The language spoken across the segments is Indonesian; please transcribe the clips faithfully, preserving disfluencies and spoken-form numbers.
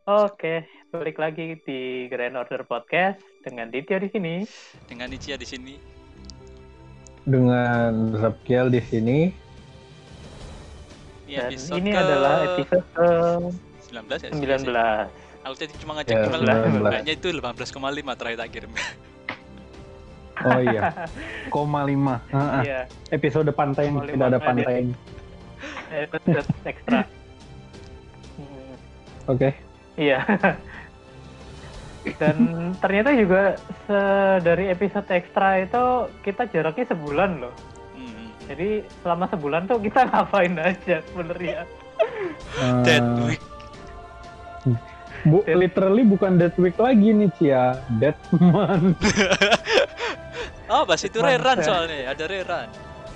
Oke, balik lagi di Grand Order Podcast dengan Ditya di sini. Dengan Nicia di sini. Dengan Zapkiel di sini. Ini Dan episode ini ke adalah episode ke sembilan belas ya? sembilan belas. Aku tadi cuma ngecek Ya, email, sembilan belas. kayaknya itu delapan belas koma lima terakhir tak kirim. Oh iya, koma lima. Ah, ah. Iya, Episode pantai yang Koma tidak ada lima, pantai. episode ekstra. Hmm, Oke. Iya. Dan ternyata juga se- dari episode ekstra itu kita jaraknya sebulan loh. Hmm. Jadi selama sebulan tuh kita ngapain aja sebenarnya. Eh, Dead week. Bu, Dead- literally bukan dead week lagi nih Cia, dead month. Oh, pas itu Mantap. rerun soalnya, ada rerun.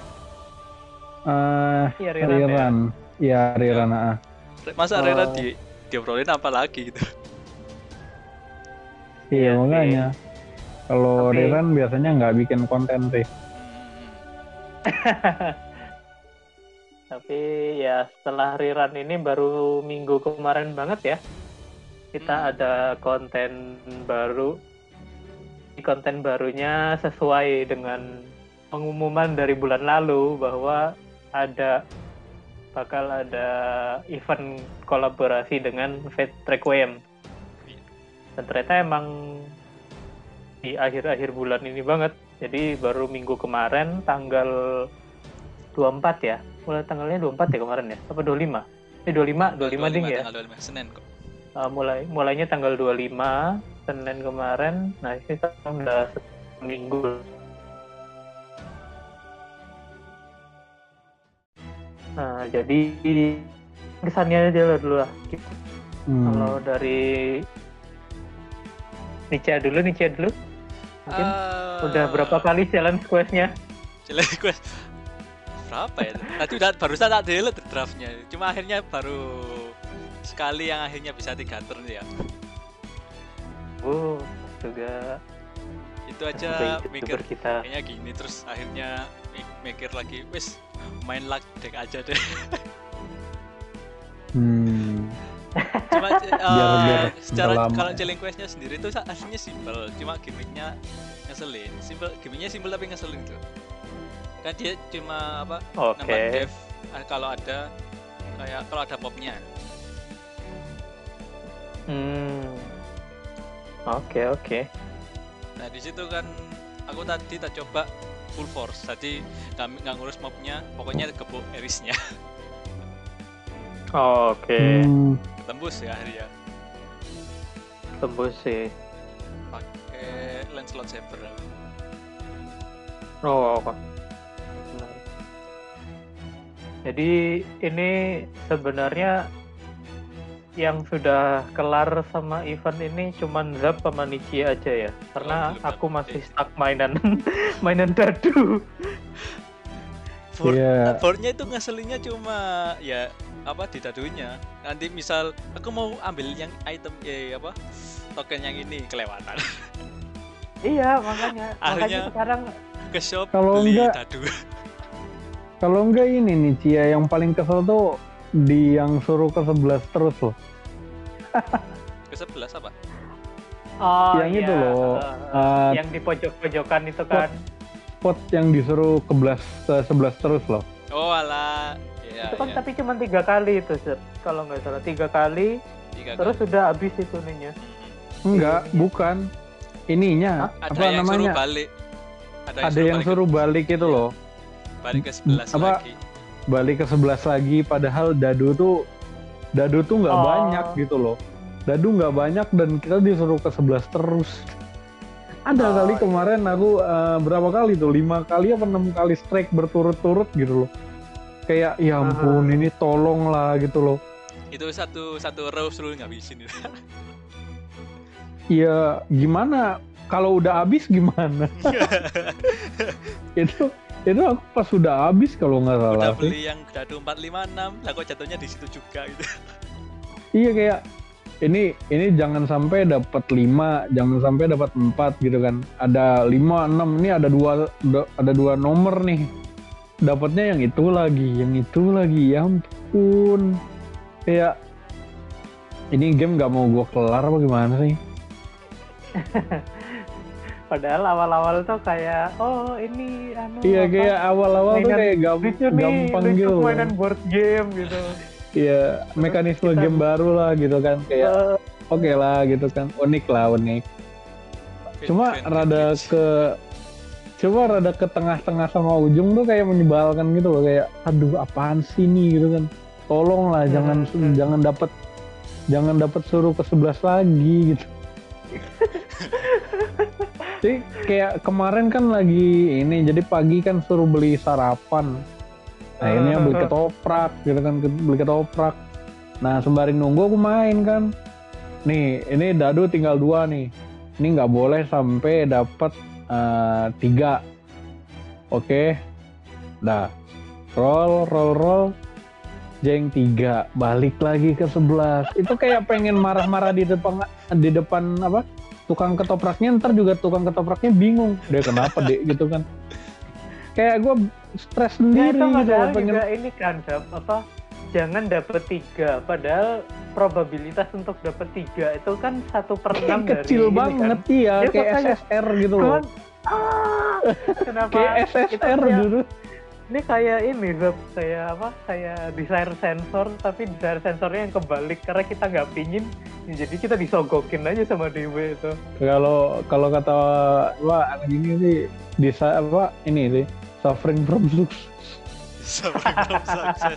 Eh, Iya, rerun ya. rerun. Iya, rerun. ah. Masa Oh. rerun di diobrolin apa lagi gitu. Iya, Iya sih. makanya. Kalau Tapi- rerun biasanya nggak bikin konten sih. Hmm. Tapi ya setelah rerun ini baru minggu kemarin banget ya. Kita Hmm. ada konten baru. Di konten barunya sesuai dengan pengumuman dari bulan lalu bahwa ada bakal ada event kolaborasi dengan Fate Requiem. Dan ternyata emang di akhir-akhir bulan ini banget. Jadi baru minggu kemarin tanggal dua puluh empat ya. Mulai tanggalnya dua puluh empat ya kemarin ya. Apa dua puluh lima? Eh dua puluh lima, dua puluh lima ding ya. Tanggal dua puluh lima Senin kok. Uh, mulai mulainya tanggal dua puluh lima Senin kemarin. Nah, ini udah seminggu. Nah, jadi kesannya aja lah dulu lah. Hmm. Kalau dari Nicia dulu, Nicia dulu. Mungkin Ah, udah berapa kali challenge quest-nya? Jelek gue. Berapa ya? Tadi udah barusan tak delete draftnya. Cuma akhirnya baru sekali yang akhirnya bisa tiga turn ya. Oh, juga Itu aja sebagai mikir YouTuber kita. kayaknya gini, terus akhirnya mik- mikir lagi, wes main luck deck aja deh. Hmm. Cuma eh, Biar- biar secara berlama kalau ya. challenge questnya sendiri itu aslinya simple, cuma gimmicknya ngeselin. Simple, gimmicknya simple tapi ngeselin tuh. Kan dia cuma apa? Oke. Nambah dev ah, kalau ada kayak kalau ada mobnya. Hmm. Oke, oke. Nah di situ kan aku tadi tak coba full force, tadi kami nggak ngurus mobnya, pokoknya gebuk Erisnya. Oke. Hmm. Tembus ya akhirnya Tembus sih. pakai Lancelot Saber. Oh, apa? Benar. Jadi ini sebenarnya yang sudah kelar sama event ini cuman Zap sama Nicia aja ya. Karena Oh, belum aku dapet. masih stuck mainan mainan dadu. Board, Iya. boardnya itu ngeselinnya cuma ya apa di dadunya. Nanti misal aku mau ambil yang item ya apa token yang ini kelewatan. Iya, makanya. Makanya Akhirnya- sekarang Ke shop Kalau beli enggak- dadu. Kalau enggak ini nih Cia, yang paling kesel tuh di yang suruh ke sebelas terus loh. Ke sebelas apa? oh, Yang iya, itu loh, eh, eh, yang di pojok-pojokan itu kan. Spot yang disuruh ke belas ke sebelas terus loh. Oh alah. Ya, itu kan ya. tapi cuma tiga kali itu, Zep. Kalau nggak salah tiga kali, Tiga terus kali. sudah habis itu ininya. Mhm. Enggak, Ininya. bukan. Ininya Ada apa yang namanya? suruh balik. Ada yang balik suruh balik itu Iya. loh. ke, balik ke sebelas Apa? lagi. Balik ke sebelas lagi padahal dadu tuh dadu tuh nggak Oh. banyak gitu loh. Dadu nggak banyak dan kita disuruh ke sebelas terus. Ada Oh, kali iya. kemarin aku eh, berapa kali tuh? lima kali apa enam kali strike berturut-turut gitu loh. Kayak ya ampun Ah. ini tolong lah gitu loh. Itu satu satu row rule ngabisin itu. Iya gimana kalau udah habis gimana? itu itu aku pas sudah habis kalau nggak salah Udah sih. beli yang dadu empat lima enam, lah kok jatuhnya di situ juga gitu. Iya kayak ini ini jangan sampai dapat lima, jangan sampai dapat empat gitu kan. Ada lima, enam, ini ada dua ada dua nomor nih. Dapatnya yang itu lagi, yang itu lagi. Ya ampun. Kayak Ini game nggak mau gue kelar apa gimana sih? Padahal awal-awal tuh kayak oh ini anu Iya apa, kayak awal-awal tuh mainan kayak gam lucu nih, gampang lucu gitu. mainan board game gitu. Iya, mekanisme kita- game baru lah gitu kan, kayak Eh, oke lah gitu kan, unik lah unik. Cuma Grand rada Village. ke, coba rada ke tengah-tengah sama ujung tuh kayak menyebalkan gitu loh, kayak aduh apaan sih nih gitu kan. Tolong lah Hmm, jangan hmm. jangan dapat jangan dapat suruh ke sebelas lagi gitu. Jadi kayak kemarin kan lagi ini, jadi pagi kan suruh beli sarapan. Akhirnya beli ketoprak gitu kan, ke- beli ketoprak. Nah sembari nunggu aku main kan. Nih ini dadu tinggal dua nih. Ini nggak boleh sampai dapat eh, tiga. Oke. Dah. Roll, roll, roll. Jeng tiga. Balik lagi ke sebelas. Itu kayak pengen marah-marah di depan di depan apa? Tukang ketopraknya, ntar juga tukang ketopraknya bingung. Dia kenapa dek gitu kan. Kayak gue stres Ya sendiri itu gitu. padahal Pengen juga ini kan Dap, apa jangan dapet tiga, padahal probabilitas untuk dapet tiga itu kan satu per enam dari kecil ini banget kan. iya, Ya, kayak makanya. S S R gitu loh. Cuman, ah, kenapa Kayak S S R itu kayak- dulu. ini kayak ini Zap, kayak apa kayak desain sensor tapi desain sensornya yang kebalik karena kita nggak pingin ya jadi kita disogokin aja sama D W itu. Kalau kalau kata wah anak ini sih bisa apa ini sih suffering from success. Suffering from success.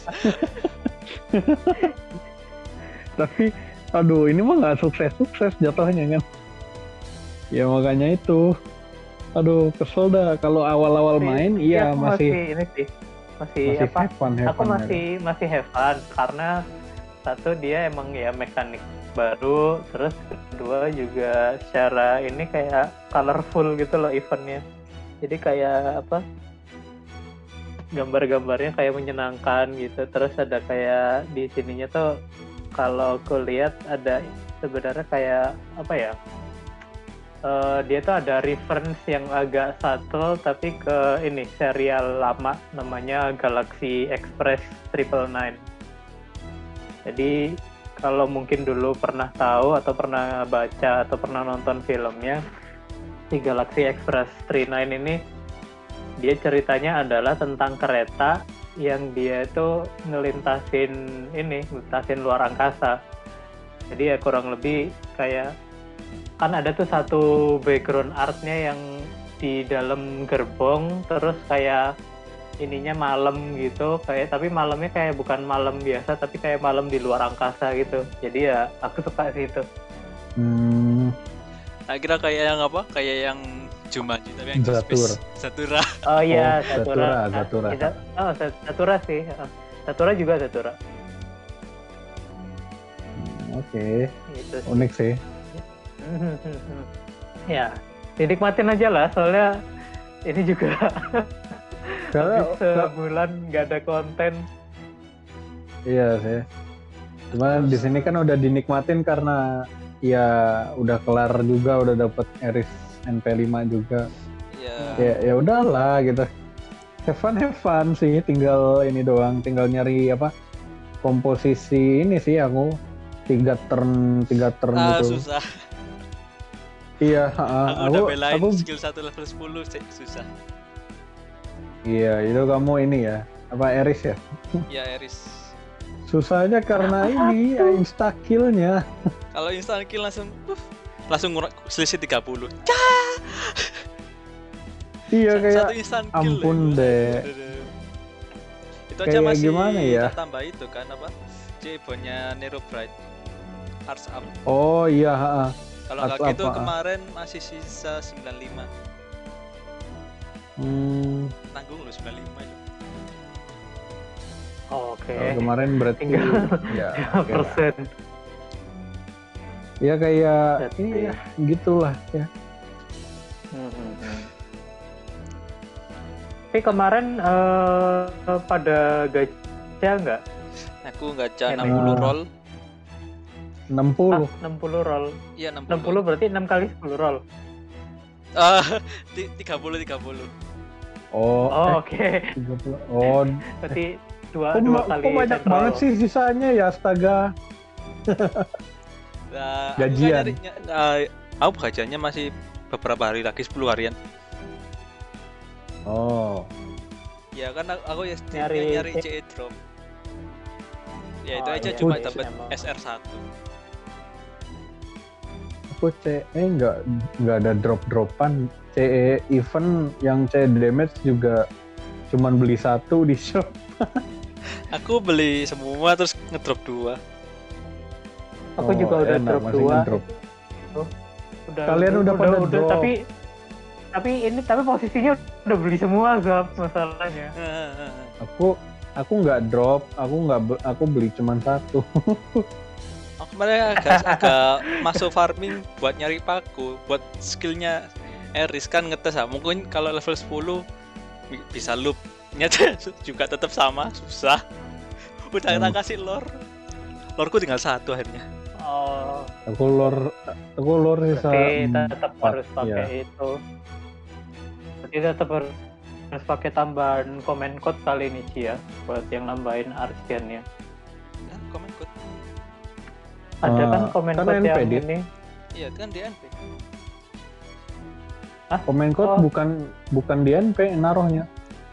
Tapi aduh ini mah nggak sukses sukses jatuhnya kan. Ya makanya itu. Aduh kesel dah kalau awal-awal Tapi- main tapi iya aku masih ini sih masih, masih apa have fun, have aku fun, masih masih have fun karena satu dia emang ya mekanik baru, terus kedua juga secara ini kayak colorful gitu loh eventnya, jadi kayak apa gambar-gambarnya kayak menyenangkan gitu, terus ada kayak di sininya tuh kalau aku lihat ada sebenarnya kayak apa ya eh, dia tuh ada reference yang agak subtle tapi ke ini serial lama namanya Galaxy Express Triple Nine. Jadi kalau mungkin dulu pernah tahu atau pernah baca atau pernah nonton filmnya, si Galaxy Express Triple Nine ini dia ceritanya adalah tentang kereta yang dia itu ngelintasin ini, ngelintasin luar angkasa. Jadi ya kurang lebih kayak kan ada tuh satu background artnya yang di dalam gerbong terus kayak ininya malam gitu, kayak tapi malamnya kayak bukan malam biasa tapi kayak malam di luar angkasa gitu. Jadi ya aku suka sih itu. Hmm, Nah, kira kayak yang apa? Kayak yang Jumanji tapi yang di Zatur. space. Zatura. Oh iya, Oh, Satura. Zatura, Zatura. Ah, Za- Oh, Za- Zatura sih. Ah, Zatura juga Zatura. oke Gitu sih. unik sih. Ya, dinikmatin aja lah soalnya ini juga Karena habis sebulan nggak ada konten. iya sih. Cuma di sini kan udah dinikmatin karena ya udah kelar juga, udah dapet Eris N P lima juga. Ya. Ya ya udahlah gitu. Have fun, have fun sih. Tinggal ini doang, tinggal nyari apa komposisi ini sih aku tiga turn tiga turn Ah, gitu. susah. Iya, ha, Aku, aku udah belain aku skill satu level sepuluh sih, susah. iya itu kamu ini ya apa Eris ya? Ya, Eris. Susahnya karena ini ya, insta kill-nya. Kalau instant kill langsung uh, langsung ngurang selisih tiga puluh. Iya Sa- kayak satu instant kill. ampun ya. deh. Itu aja Kayak masih gimana ya? tambah itu kan apa? C-bonnya Nero Bright. Hearts up. oh iya, ha, ha. Kalau Hearts nggak up, gitu ah. kemarin masih sisa sembilan puluh lima. Hmm, Tanggung lu sembilan puluh lima ya. Oke. kalau kemarin berarti Tinggal ya lima oke lah. persen. Ya kayak Berarti iya ya. gitulah ya. Hmm. Tapi kemarin eh, pada gacha nggak? Aku gacha Enak. enam puluh roll. enam Ah, puluh. enam puluh roll. Iya enam enam puluh. puluh berarti enam kali sepuluh roll. Ah, ti- tiga puluh tiga puluh. Oh, Oh, eh, oke. tiga puluh. Oh, Berarti dua kok, dua ma- kali kok banyak set roll. banget sih sisanya ya astaga. Nah, Gajian. Aku, kan nyari, uh, aku gajiannya masih beberapa hari lagi, sepuluh harian. Oh. Ya kan aku, aku ya Nyari nyari, nyari C E drop. Ya itu Oh, aja iya, cuma iya, dapat emang. S R satu. Aku C E nggak nggak ada drop-dropan. C E event yang C E damage juga cuman beli satu di shop. Aku beli semua terus ngedrop dua. Aku Oh, juga udah enak, drop masih dua. ngedrop. Udah, Kalian udah pada drop. tapi tapi ini tapi posisinya udah beli semua Gap masalahnya. Aku aku nggak drop, aku nggak be- aku beli cuman satu. Aku kemarin agak, agak masuk farming buat nyari paku, buat skillnya Eris kan ngetes ah. Mungkin kalau level sepuluh bi- bisa loop, nyata juga tetap sama, susah. Udah Hmm. tak kasih lore, loreku tinggal satu akhirnya. Oh, Aku lor aku lor sisa berarti tetap empat, harus pakai ya. itu. Berarti tetap harus harus pakai tambahan comment code kali ini Ci ya buat yang nambahin artiannya. Nah, komen code. Ada Eh, kan comment kan code N P, yang Dit. ini. Iya kan D N P. Comment code Oh. bukan bukan di N P naruhnya.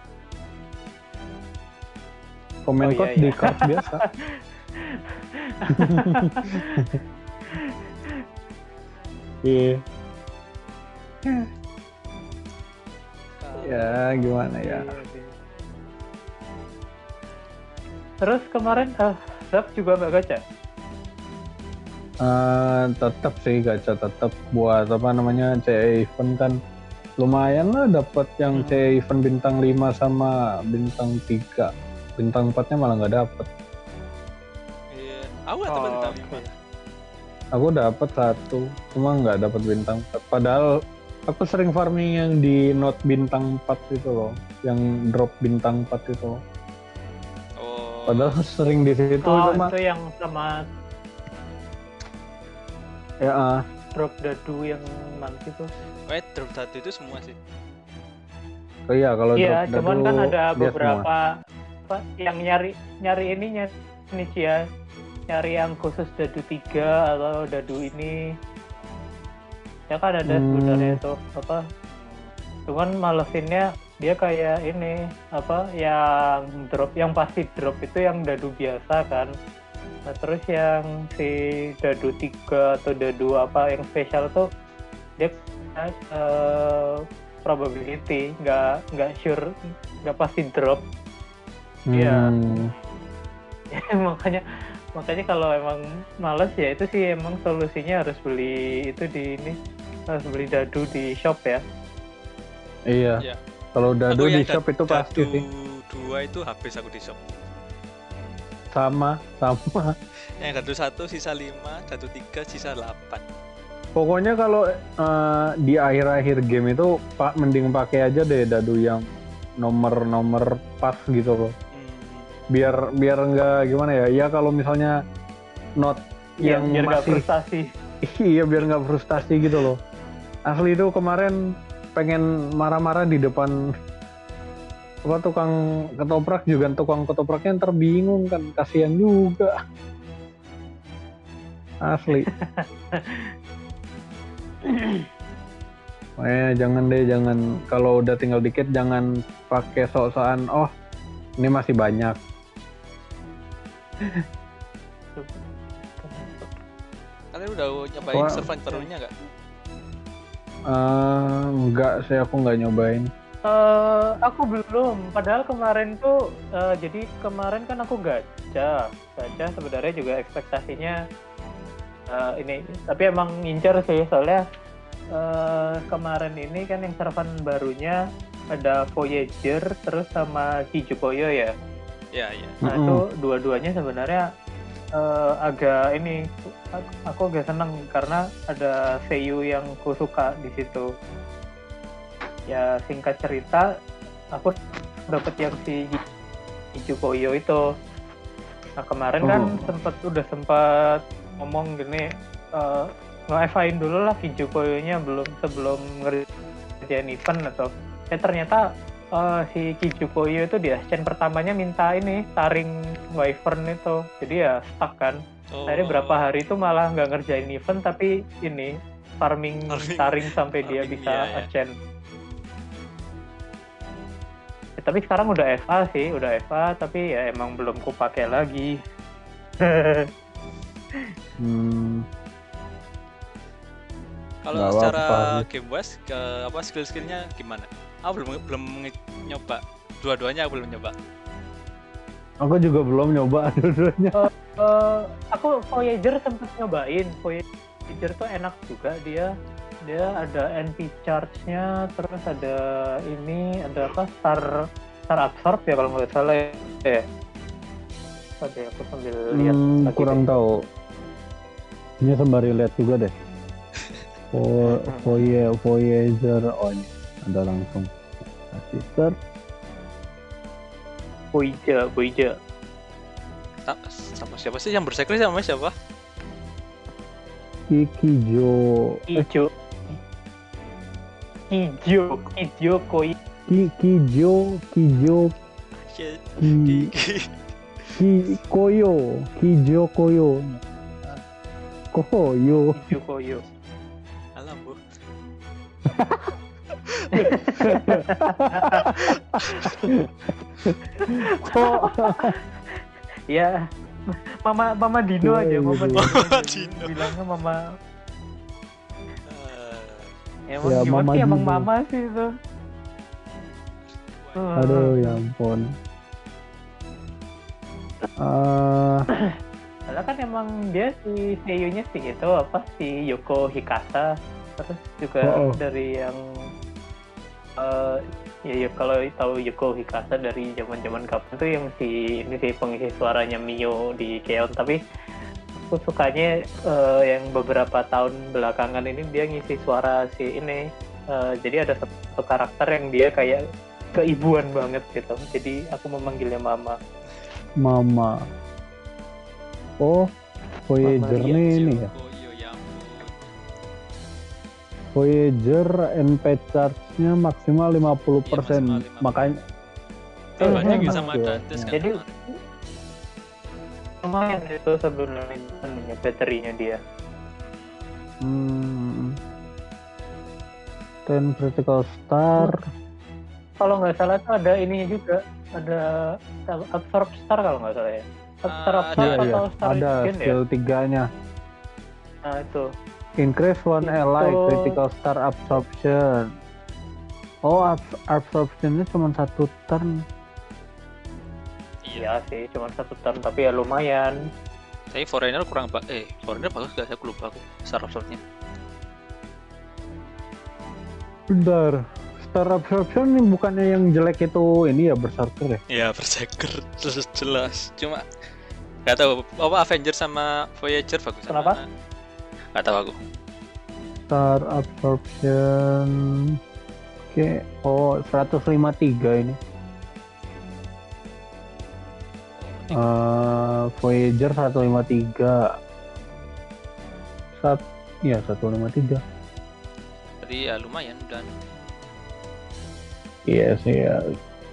Comment Oh, iya, code iya. di card biasa. Iya. Ya gimana ya. Iya, iya. Terus kemarin eh Zap juga nggak gacha? Eh tetap sih gacha tetap buat apa namanya C E event kan lumayan lah dapat yang Hmm. C E event bintang lima sama bintang tiga. Bintang empatnya malah nggak dapet. Iya, aku nggak dapat Oh, bintang oke. lima. Aku dapet satu, cuma nggak dapet bintang empat. Padahal aku sering farming yang di not bintang empat itu loh, yang drop bintang empat itu. Oh. Padahal sering di situ Oh, cuma itu yang sama ya ah, drop dadu yang nanti tuh. Wait, drop satu itu semua sih. oh iya kalau Iya, drop cuman dadu kan ada dia beberapa apa yang nyari nyari ininya nih Ci ya. Nyari yang khusus dadu tiga atau dadu ini. Ya kan ada Hmm. sebenarnya itu apa? Cuman malesinnya dia kayak ini apa yang drop yang pasti drop itu yang dadu biasa kan. Nah, terus yang si dadu tiga atau dadu apa yang spesial tuh dia eh, probability nggak nggak sure nggak pasti drop. semua. Iya. Hmm, makanya makanya kalau emang males ya itu sih emang solusinya harus beli itu di ini harus beli dadu di shop ya. iya. Iya. Kalau dadu Aku di yang shop dad- itu pasti dadu sih. dua itu habis aku di shop. Sama, sama. Yang dadu satu sisa lima, dadu tiga sisa delapan. Pokoknya kalau eh, di akhir-akhir game itu pak mending pakai aja deh dadu yang nomor-nomor pas gitu loh. Hmm. Biar biar nggak gimana ya? Ya kalau misalnya not Iya, yang biar nggak masih frustasi. iya biar nggak frustasi gitu loh. Asli itu kemarin pengen marah-marah di depan apa tukang ketoprak juga tukang ketopraknya ntar bingung kan kasihan juga. Asli. Makanya jangan deh, jangan kalau udah tinggal dikit jangan pakai sok-sokan. Oh, ini masih banyak. Kalian udah nyobain Wah. servant barunya nggak? Eh, enggak sih, aku nggak nyobain. Eh, aku belum. Padahal kemarin tuh, eh, jadi kemarin kan aku gacha, gacha sebenarnya juga ekspektasinya eh, ini. Tapi emang ngincer sih soalnya eh, kemarin ini kan yang servan barunya ada Voyager terus sama Kijukoyo ya. Ya, ya. Nah Mm-mm. itu dua-duanya sebenarnya eh, agak ini aku- aku agak seneng karena ada Seiyu yang ku suka di situ. Ya singkat cerita aku dapet yang si Ichukoyo itu. Nah kemarin kan Oh. sempet udah sempet ngomong gini eh nge-F I-in dulu lah Ichukoyo-nya belum sebelum ngerjain event atau ya ternyata uh, si Kijukoyo itu di Ascent pertamanya minta ini taring Wyvern itu, jadi ya stuck kan. Oh. Akhirnya berapa hari itu malah nggak ngerjain event tapi ini farming, Farming- taring sampai dia farming, bisa iya, iya. Ascent. Ya, tapi sekarang udah F A sih, udah F A tapi ya emang belum kupakai lagi. Hmm, Kalau Nggak secara apa-apa. game wise ke apa skill-skillnya gimana? Aku belum belum nge- nyoba. Dua-duanya aku belum nyoba. aku juga belum nyoba dua-duanya. Eh, aku Voyager sempet nyobain. Voyager tuh enak juga dia. Dia ada N P charge-nya, terus ada ini, ada apa? Star Star Absorb ya kalau nggak salah ya. Oke, aku sambil lihat. Hmm, lagi kurang deh. tahu. Ini sembari lihat juga deh. Vo- Voy- Voyager, oh ini ada langsung. Sister, Voyager, Voyager. Ta- sama siapa sih yang bersekre sama siapa? Kikijo, eh, Ijo. Ijo, Ijo Koi. Ki Kijo, Kijo, Shit. Ki, Ki Koyo, Kijo Koyo, Koyo. Ijo Koyo. Alam bu. Oh, ya, Mama Mama Dino Iya, aja, iya, Mama iya. Dino. Mama Dino. Bilangnya Mama. Eh, Emang Ya, gimana Mama sih emang Dino. Mama sih itu. Aduh, ya ampun. Ah, Karena kan emang dia si seiyunya si itu apa si Yoko Hikasa, terus juga Oh, oh. dari yang eh ya, ya kalau tahu Yoko Hikasa dari zaman-zaman kapan tuh yang si ini sih pengisi suaranya Mio di Keon, tapi aku sukanya eh, yang beberapa tahun belakangan ini dia ngisi suara si ini. Eh, jadi ada satu karakter yang dia kayak keibuan banget gitu. Jadi aku memanggilnya Mama. Mama. Oh, Voyager Mama, iya, nih ini ya. Koyo, ya ampun. Voyager N P charge-nya maksimal lima puluh persen. Iya, maksimal lima puluh. Makanya Eh, Eh, bandingin enak sama ya. Dantes kan. Jadi- kemarin. Lumayan itu sebenarnya anunya, baterinya dia. hmm, ten critical star. Kalau nggak salah tuh ada ininya juga, ada absorb star kalau nggak salah ya. Star Ah, absorb Iya, ada, iya. atau star Ada regen ya. skill tiganya. Nah itu. Increase one Itu- ally critical star absorption. Oh, abs- absorptionnya cuma satu turn. Iya. Iya sih, cuma satu turn tapi ya lumayan. Tapi Foreigner kurang ba eh Foreigner bagus gak? Saya lupa aku. Star Absorb-nya. Bentar. Star absorption ini bukannya yang jelek itu ini ya berserker ya? Iya, Berserker jelas jelas. Cuma nggak tahu apa Avenger sama Voyager bagus. Kenapa? mana. Nggak tahu aku. Star absorption. Oke, oh seratus lima puluh tiga ini. Eh, Voyager seratus lima puluh tiga. Sat, ya seratus lima puluh tiga. Jadi ya lumayan dan Iya sih ya.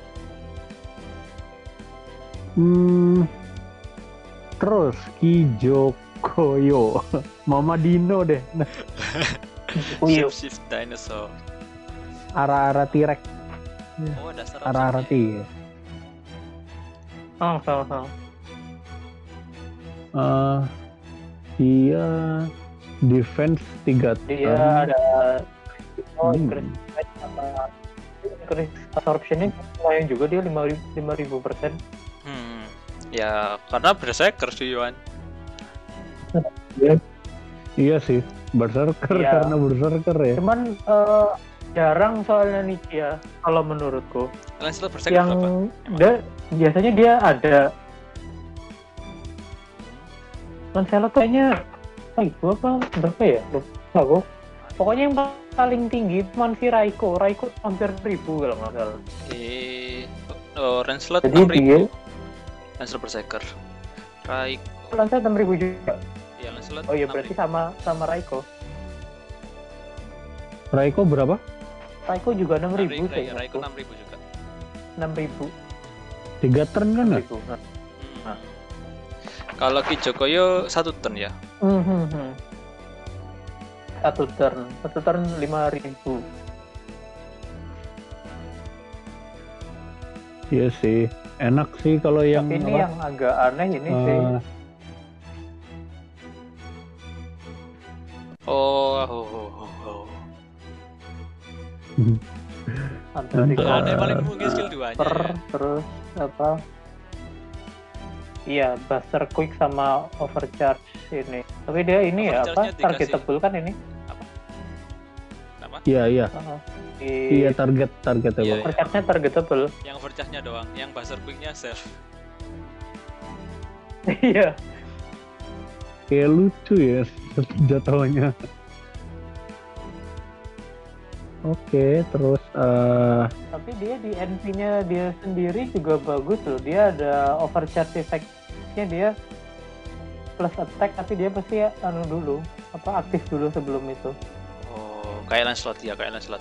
Hmm. Terus Kijokoyo, Mama Dino deh. Nah, Iya. Shift Shift Dinosaur. arah-arah T-Rex, Oh, dasar arah-arah absorb-nya. T. Oh, oh, oh. Eh, dia defense tiga Dia turn. ada oh, Hmm. increase sama increase absorptionnya lumayan juga dia lima ribu persen. Hmm. Ya, karena Berserker sih Yuan. Iya sih, berserker Iya. karena berserker ya. Cuman eh, jarang soalnya nih ya kalau menurutku. Lancelot Berserker Yang berapa? dia biasanya dia ada Lancelot kayaknya oh, itu apa berapa ya? Lupa aku. Pokoknya yang paling tinggi cuma si Raiko. Raiko hampir ribu kalau nggak salah. Eh, oh, Lancelot Jadi enam dia ribu. Lancelot Berserker. Raiko. Lancelot enam ribu juga. Ya, Lancelot. Oh iya enam berarti ribu. sama sama Raiko. Raiko berapa? Raiko juga enam ribu Raiko, sih. Raiko enam ribu juga. enam ribu. Tiga turn kan ya? Nah. Hmm. Kalau Kijokoyo satu turn ya. Mm-hmm. Satu turn, satu turn lima ribu. Iya sih, enak sih kalau yang Tapi ini apa? yang agak aneh ini Eh, sih. Oh, oh, oh, oh, oh. Ada Bentar. Kalau aneh recover, paling mungkin skill duanya ya. terus apa? Iya, Buster Quick sama Overcharge ini. Tapi dia ini ya apa? Overcharge-nya dikasih- Targetable kan ini? Kenapa? Iya iya, Uh, di iya target target ya. Iya, Bang. Overcharge-nya targetable. Yang overcharge-nya doang, yang buzzer quick-nya self. Iya. Kayak lucu ya jatuhnya. Oke, terus eh Tapi dia di N P-nya dia sendiri juga bagus loh. Dia ada overcharge effect-nya, dia plus attack, tapi dia pasti anu dulu, apa aktif dulu sebelum itu. Oh, kayak Lancelot ya, kayak Lancelot.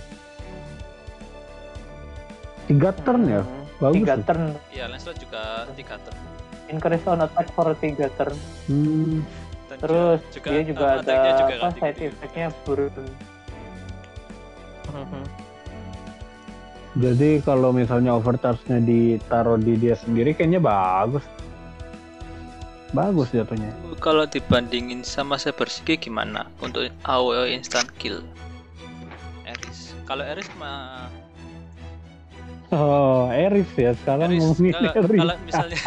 tiga turn ya, Hmm, bagus. tiga tuh. turn, Iya, Lancelot juga tiga turn. increase on attack for tiga turn. Hmm, Dan Terus juga, dia juga apa, ada attack-nya juga apa kan side tinggi. effect-nya burn. Mhm. jadi kalau misalnya overcharge-nya ditaruh di dia sendiri kayaknya bagus. Bagus jatuhnya. Kalau dibandingin sama Sabershiki gimana untuk A O E instant kill? Eris. Kalau Eris mah Oh, Eris ya, sekarang Eris ngomongin kalau, Eris. kalau misalnya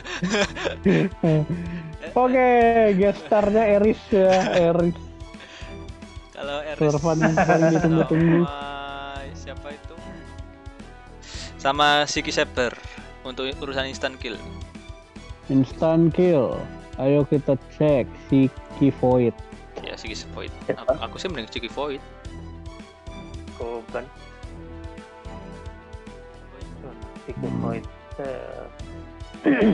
Oke, gestarnya Eris ya, Eris. kalau Eris Servan yang paling ditunggu-tunggu. sama siapa itu? Sama Siki Saber untuk urusan instant kill. Instant kill. Ayo kita cek si Void. Ya Siki Void. Siapa? Aku, aku sih mending Siki Void. Koban. Tiga Hmm. point. Eh,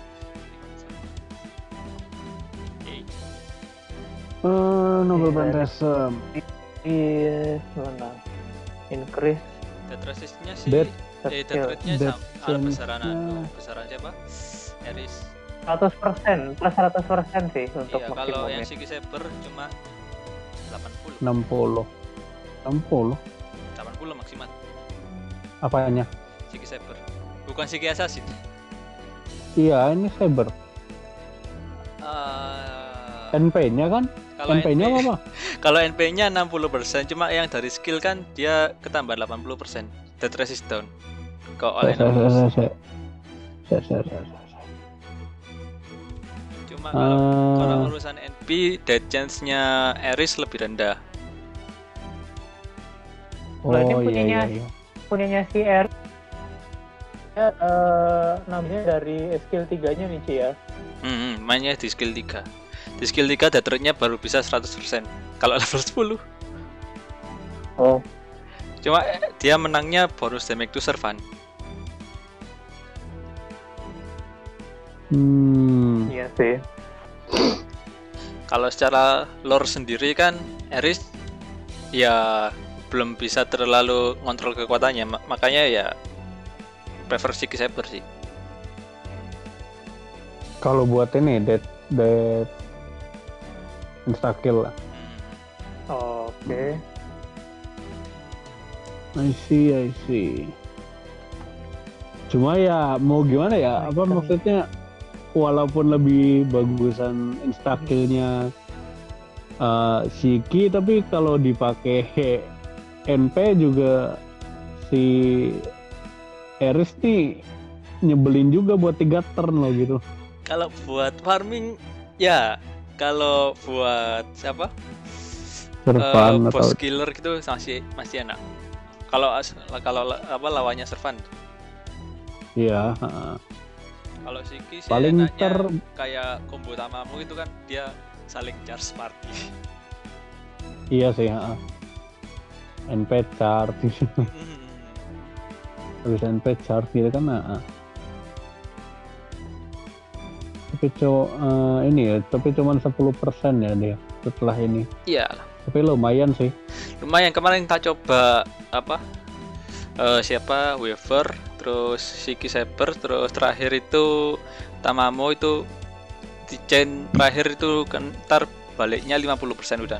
Eh, Noble Iya. Phantasm. Iya, mana? Increase Death resistnya sih Death- eh, death skill rate-nya Death sama ah, besaran chance-nya. anu, besaran siapa? Eris. seratus persen, plus seratus persen sih untuk Iya, kalau yang maksimumnya. Siki Saber cuma delapan puluh. enam puluh. enam puluh. delapan puluh maksimal Apanya? Siki Saber. Bukan Siki Assassin. Iya, ini Saber. Eh, N P-nya kan? kalau N P-nya N P apa? Kalau N P-nya enam puluh persen, cuma yang dari skill kan dia ketambah delapan puluh persen. Death resist down. Kok oleh Saya, enam puluh saya, persen. saya, saya, saya, saya, saya. Cuma kalau Ah. kalau urusan N P, death chance-nya Eris lebih rendah. Berarti Oh iya punyanya iya iya. punyanya si R ya, eh, namanya dari skill tiganya nih Ci ya. Hmm, mainnya di skill tiga. Di skill tiga death rate-nya baru bisa seratus persen. Kalau level sepuluh. Oh, Cuma eh, dia menangnya bonus damage to servant. Hmm. iya sih. Kalau secara lore sendiri kan Eris ya belum bisa terlalu ngontrol kekuatannya, ma- makanya ya prefer Siki Saber sih. Kalau buat ini dead dead insta kill lah. Hmm. Oke. I see, I see. Cuma ya mau gimana ya? Apa Item. maksudnya? Walaupun lebih bagusan insta kill-nya uh, Shiki, tapi kalau dipakai N P juga si Eris nih nyebelin juga buat tiga turn loh gitu. Kalau buat farming ya, kalau buat siapa? Servan Eh, atau boss killer gitu masih masih enak. Kalau as- kalau la- apa lawannya servant. iya. uh, Kalau Siki sih Paling enaknya ter- kayak combo utamamu itu kan dia saling charge party. iya sih. Uh, N P charge, Hmm. habis N P charge gitu kan. Uh, tapi co uh, ini ya, tapi cuma sepuluh persen ya dia setelah ini. Iya, Tapi lumayan sih. lumayan. Kemarin kita coba apa? eh, siapa Weaver, terus Shiki Saber, terus terakhir itu Tamamo itu di chain terakhir itu kan ntar baliknya lima puluh persen udah.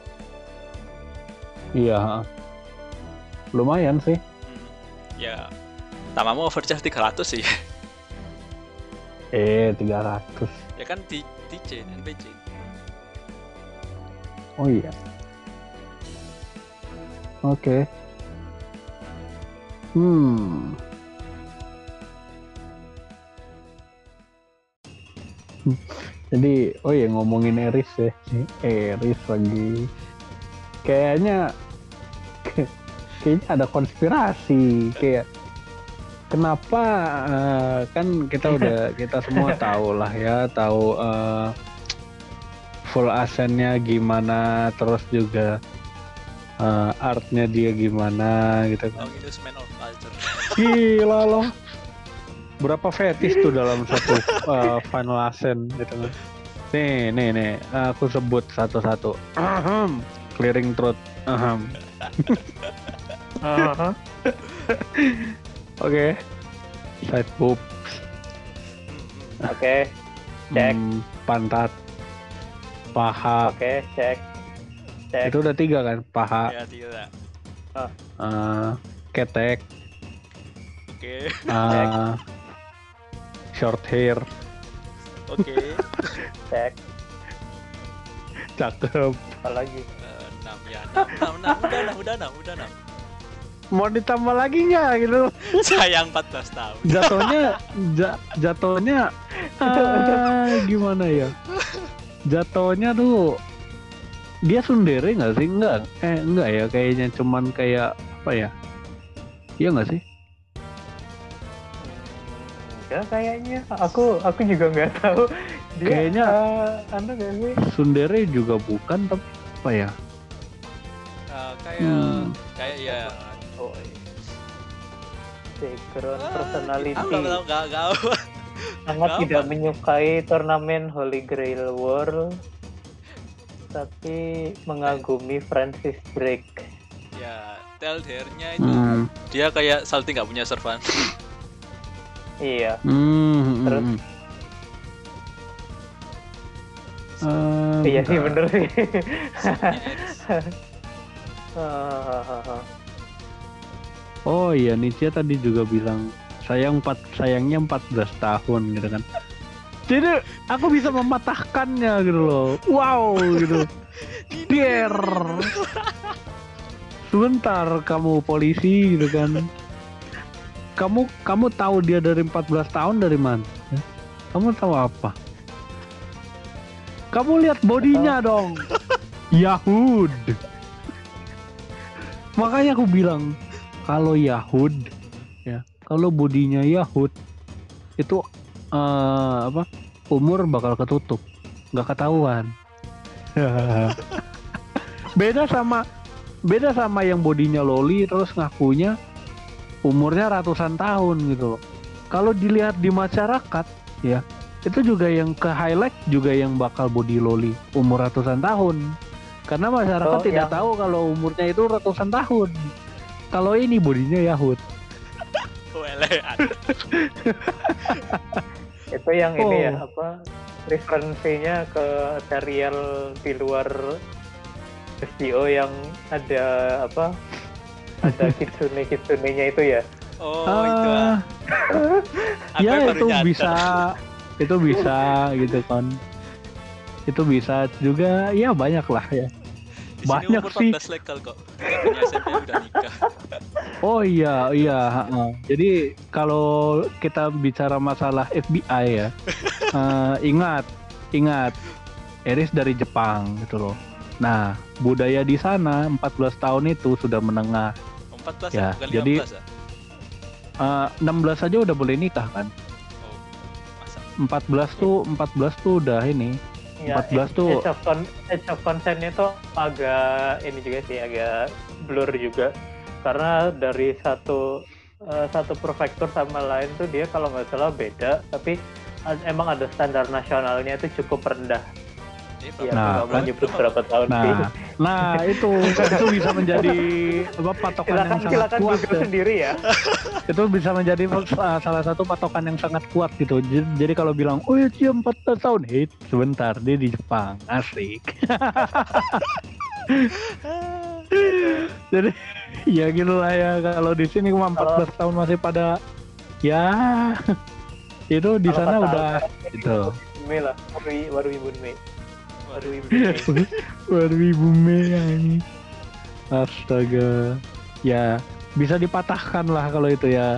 Iya. Lumayan sih. Hmm. Ya Tamamo overcharge tiga ratus sih. Eh, tiga ratus. Ya kan di di chain N P C. Oh iya. Oke. Hmm. Jadi, oh ya ngomongin Eris ya, Eris lagi. Kayaknya, kayaknya ada konspirasi. Kayak kenapa? Uh, kan kita udah kita semua tahu lah ya, tahu uh, full ascennya gimana, terus juga uh, artnya dia gimana gitu kan. Oh itu Man of Culture. Gila loh. Berapa fetish tuh dalam satu uh, final ascent gitu kan. Nih, nih, nih. Aku sebut satu-satu. Ahem. Clearing throat. Ahem. Uh-huh. Oke. Side boob. Oke, cek. Hmm, pantat. Paha. Oke, cek. Cek. Itu udah tiga kan? Paha. Ya tidak. Uh, ketek. Oke. Uh, short hair. Oke. Cek. Cakep. Apalagi? Eh, enam ya, enam, enam, enam, udah enam, udah enam, udah enam. Mau ditambah lagi nggak gitu? Sayang empat belas tahun. Jatuhnya, ja- jatuhnya ah, gimana ya? Jatuhnya tuh dia sundere nggak sih? Enggak, eh enggak ya, kayaknya cuman kayak apa ya? Iya nggak sih? Ya kayaknya aku aku juga nggak tahu. Dia, Kayaknya uh, anu nggak sih? sundere juga bukan, tapi apa ya? Uh, kayak Hmm. kayak ya Oh, background Ah, personality. Aku nggak tahu, nggak nggak tahu. Sangat Apa? tidak menyukai turnamen Holy Grail War, tapi mengagumi Francis Drake. Ya, Telder-nya itu Hmm. dia kayak Salty nggak punya servan. Iya. Hmm. Terus? hmm. Uh, Iya sih bentar. bener sih. Sebenarnya Eris. Hahaha. Oh iya, Nietzsche tadi juga bilang sayang empat sayangnya empat belas tahun gitu kan. Jadi aku bisa mematahkannya gitu loh. Wow gitu. Biar sebentar kamu polisi gitu kan. Kamu kamu tahu dia dari empat belas tahun dari mana? Ya? Kamu tahu apa? Kamu lihat bodinya dong. Yahud. Makanya aku bilang kalau Yahud ya, kalau bodinya Yahud itu uh, apa? Umur bakal ketutup, nggak ketahuan. Beda sama beda sama yang bodinya loli terus ngakunya umurnya ratusan tahun gitu loh. Kalau dilihat di masyarakat ya, itu juga yang ke highlight juga yang bakal body loli umur ratusan tahun. Karena masyarakat Oh, tidak yang- tahu kalau umurnya itu ratusan tahun. Kalau ini bodinya Yahud. Welean. Itu yang ini ya Oh. apa referensinya ke serial di luar H B O yang ada apa ada kitsune kitsunenya itu ya. Oh, Ah, itu ah. Aku ya baru itu nyadar. bisa, itu bisa gitu kan. Itu bisa juga, ya banyak lah ya. Di sini banyak umur sih. empat belas legal kok. Nggak punya S M P udah nikah. Oh iya, iya. ha-ha. Jadi kalau kita bicara masalah F B I ya, eh, ingat, ingat, Eris dari Jepang gitu loh. Nah, budaya di sana empat belas tahun itu sudah menengah. empat belas Ya, bukan jadi- lima belas ya? Eh, enam belas aja udah boleh nikah kan? Oh, masa? empat belas tuh, empat belas tuh udah ini. Ya, empat belas tuh- Age of, Con- Age of Consent itu agak ini juga sih agak blur juga karena dari satu eh, satu prefektur sama lain tuh dia kalau nggak salah beda tapi ad- emang ada standar nasionalnya itu cukup rendah. Ini Ya, Nah, nggak mau kan? nyebut berapa tahun Nah, sih. Nah itu itu bisa menjadi apa patokan Silakan yang sangat silakan kuat Google ya. sendiri ya. Itu bisa menjadi uh, salah satu patokan yang sangat kuat gitu. Jadi, jadi kalau bilang, oh ya dia empat belas tahun, hei sebentar dia di Jepang, asik. Jadi ya gitulah ya, kalau di sini cuma empat belas Kalau- tahun masih pada ya itu di Kalau sana kata udah Albert, gitu. Mei lah, Warui Warui Bun Mei. Warui Bun Mei. Baru ibu Mei ini. Astaga. Ya, bisa dipatahkan lah kalau itu ya.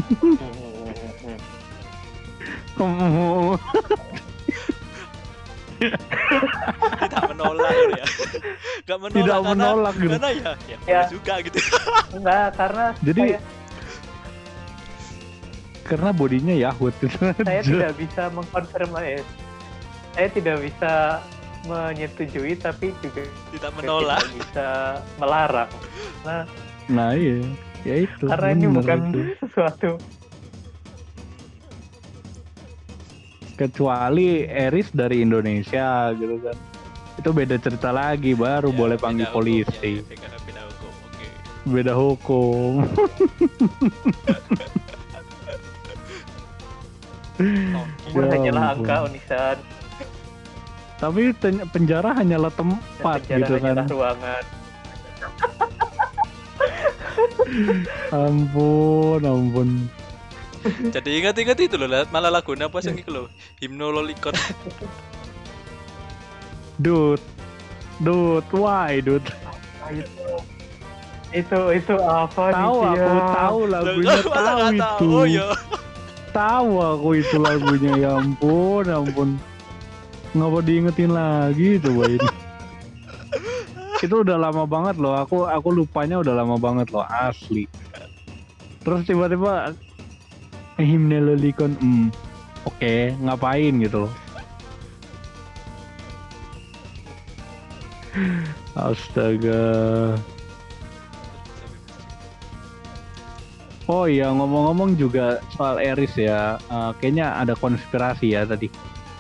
Tidak menolak gitu ya. Gak menolak Tidak karena, menolak gitu. karena ya, ya, Ya. boleh juga gitu. Enggak, karena Jadi saya, karena bodinya Yahut gitu. saya tidak bisa mengkonfirmasi. Saya tidak bisa menyetujui tapi juga Tidak menolak. tidak bisa melarang. Nah, Nah iya, ya itu. karena ini bener bukan itu. sesuatu. Kecuali Eris dari Indonesia gitu kan. Itu beda cerita lagi, baru Ya, boleh beda panggil hukum, polisi. ya, ya, beda, beda hukum. Oke. Beda hukum. Umur Ya hanyalah ampun. angka, Unisan. Tapi ten- penjara hanyalah Dan tempat penjara gitu kan. hanyalah ruangan. Ampun, ampun. Jadi ingat-ingat itu loh, malah lagunya apa sih gitu loh, Himnololikon. Dude. Dude, why dude? Nah, itu itu itu apa Tahu nih, aku Tia? tahu lagunya, Masa tahu nggak itu. tahu? Oh ya. Tahu aku itu lagunya, ya ampun, ya ampun. Ngapa diingetin lagi itu, Boy? Itu udah lama banget loh, aku aku lupanya udah lama banget loh, asli. Terus tiba-tiba Himnololikon, hmm, oke, ngapain gitu loh. Astaga. Oh iya, ngomong-ngomong juga soal Eris ya, eh, kayaknya ada konspirasi ya tadi.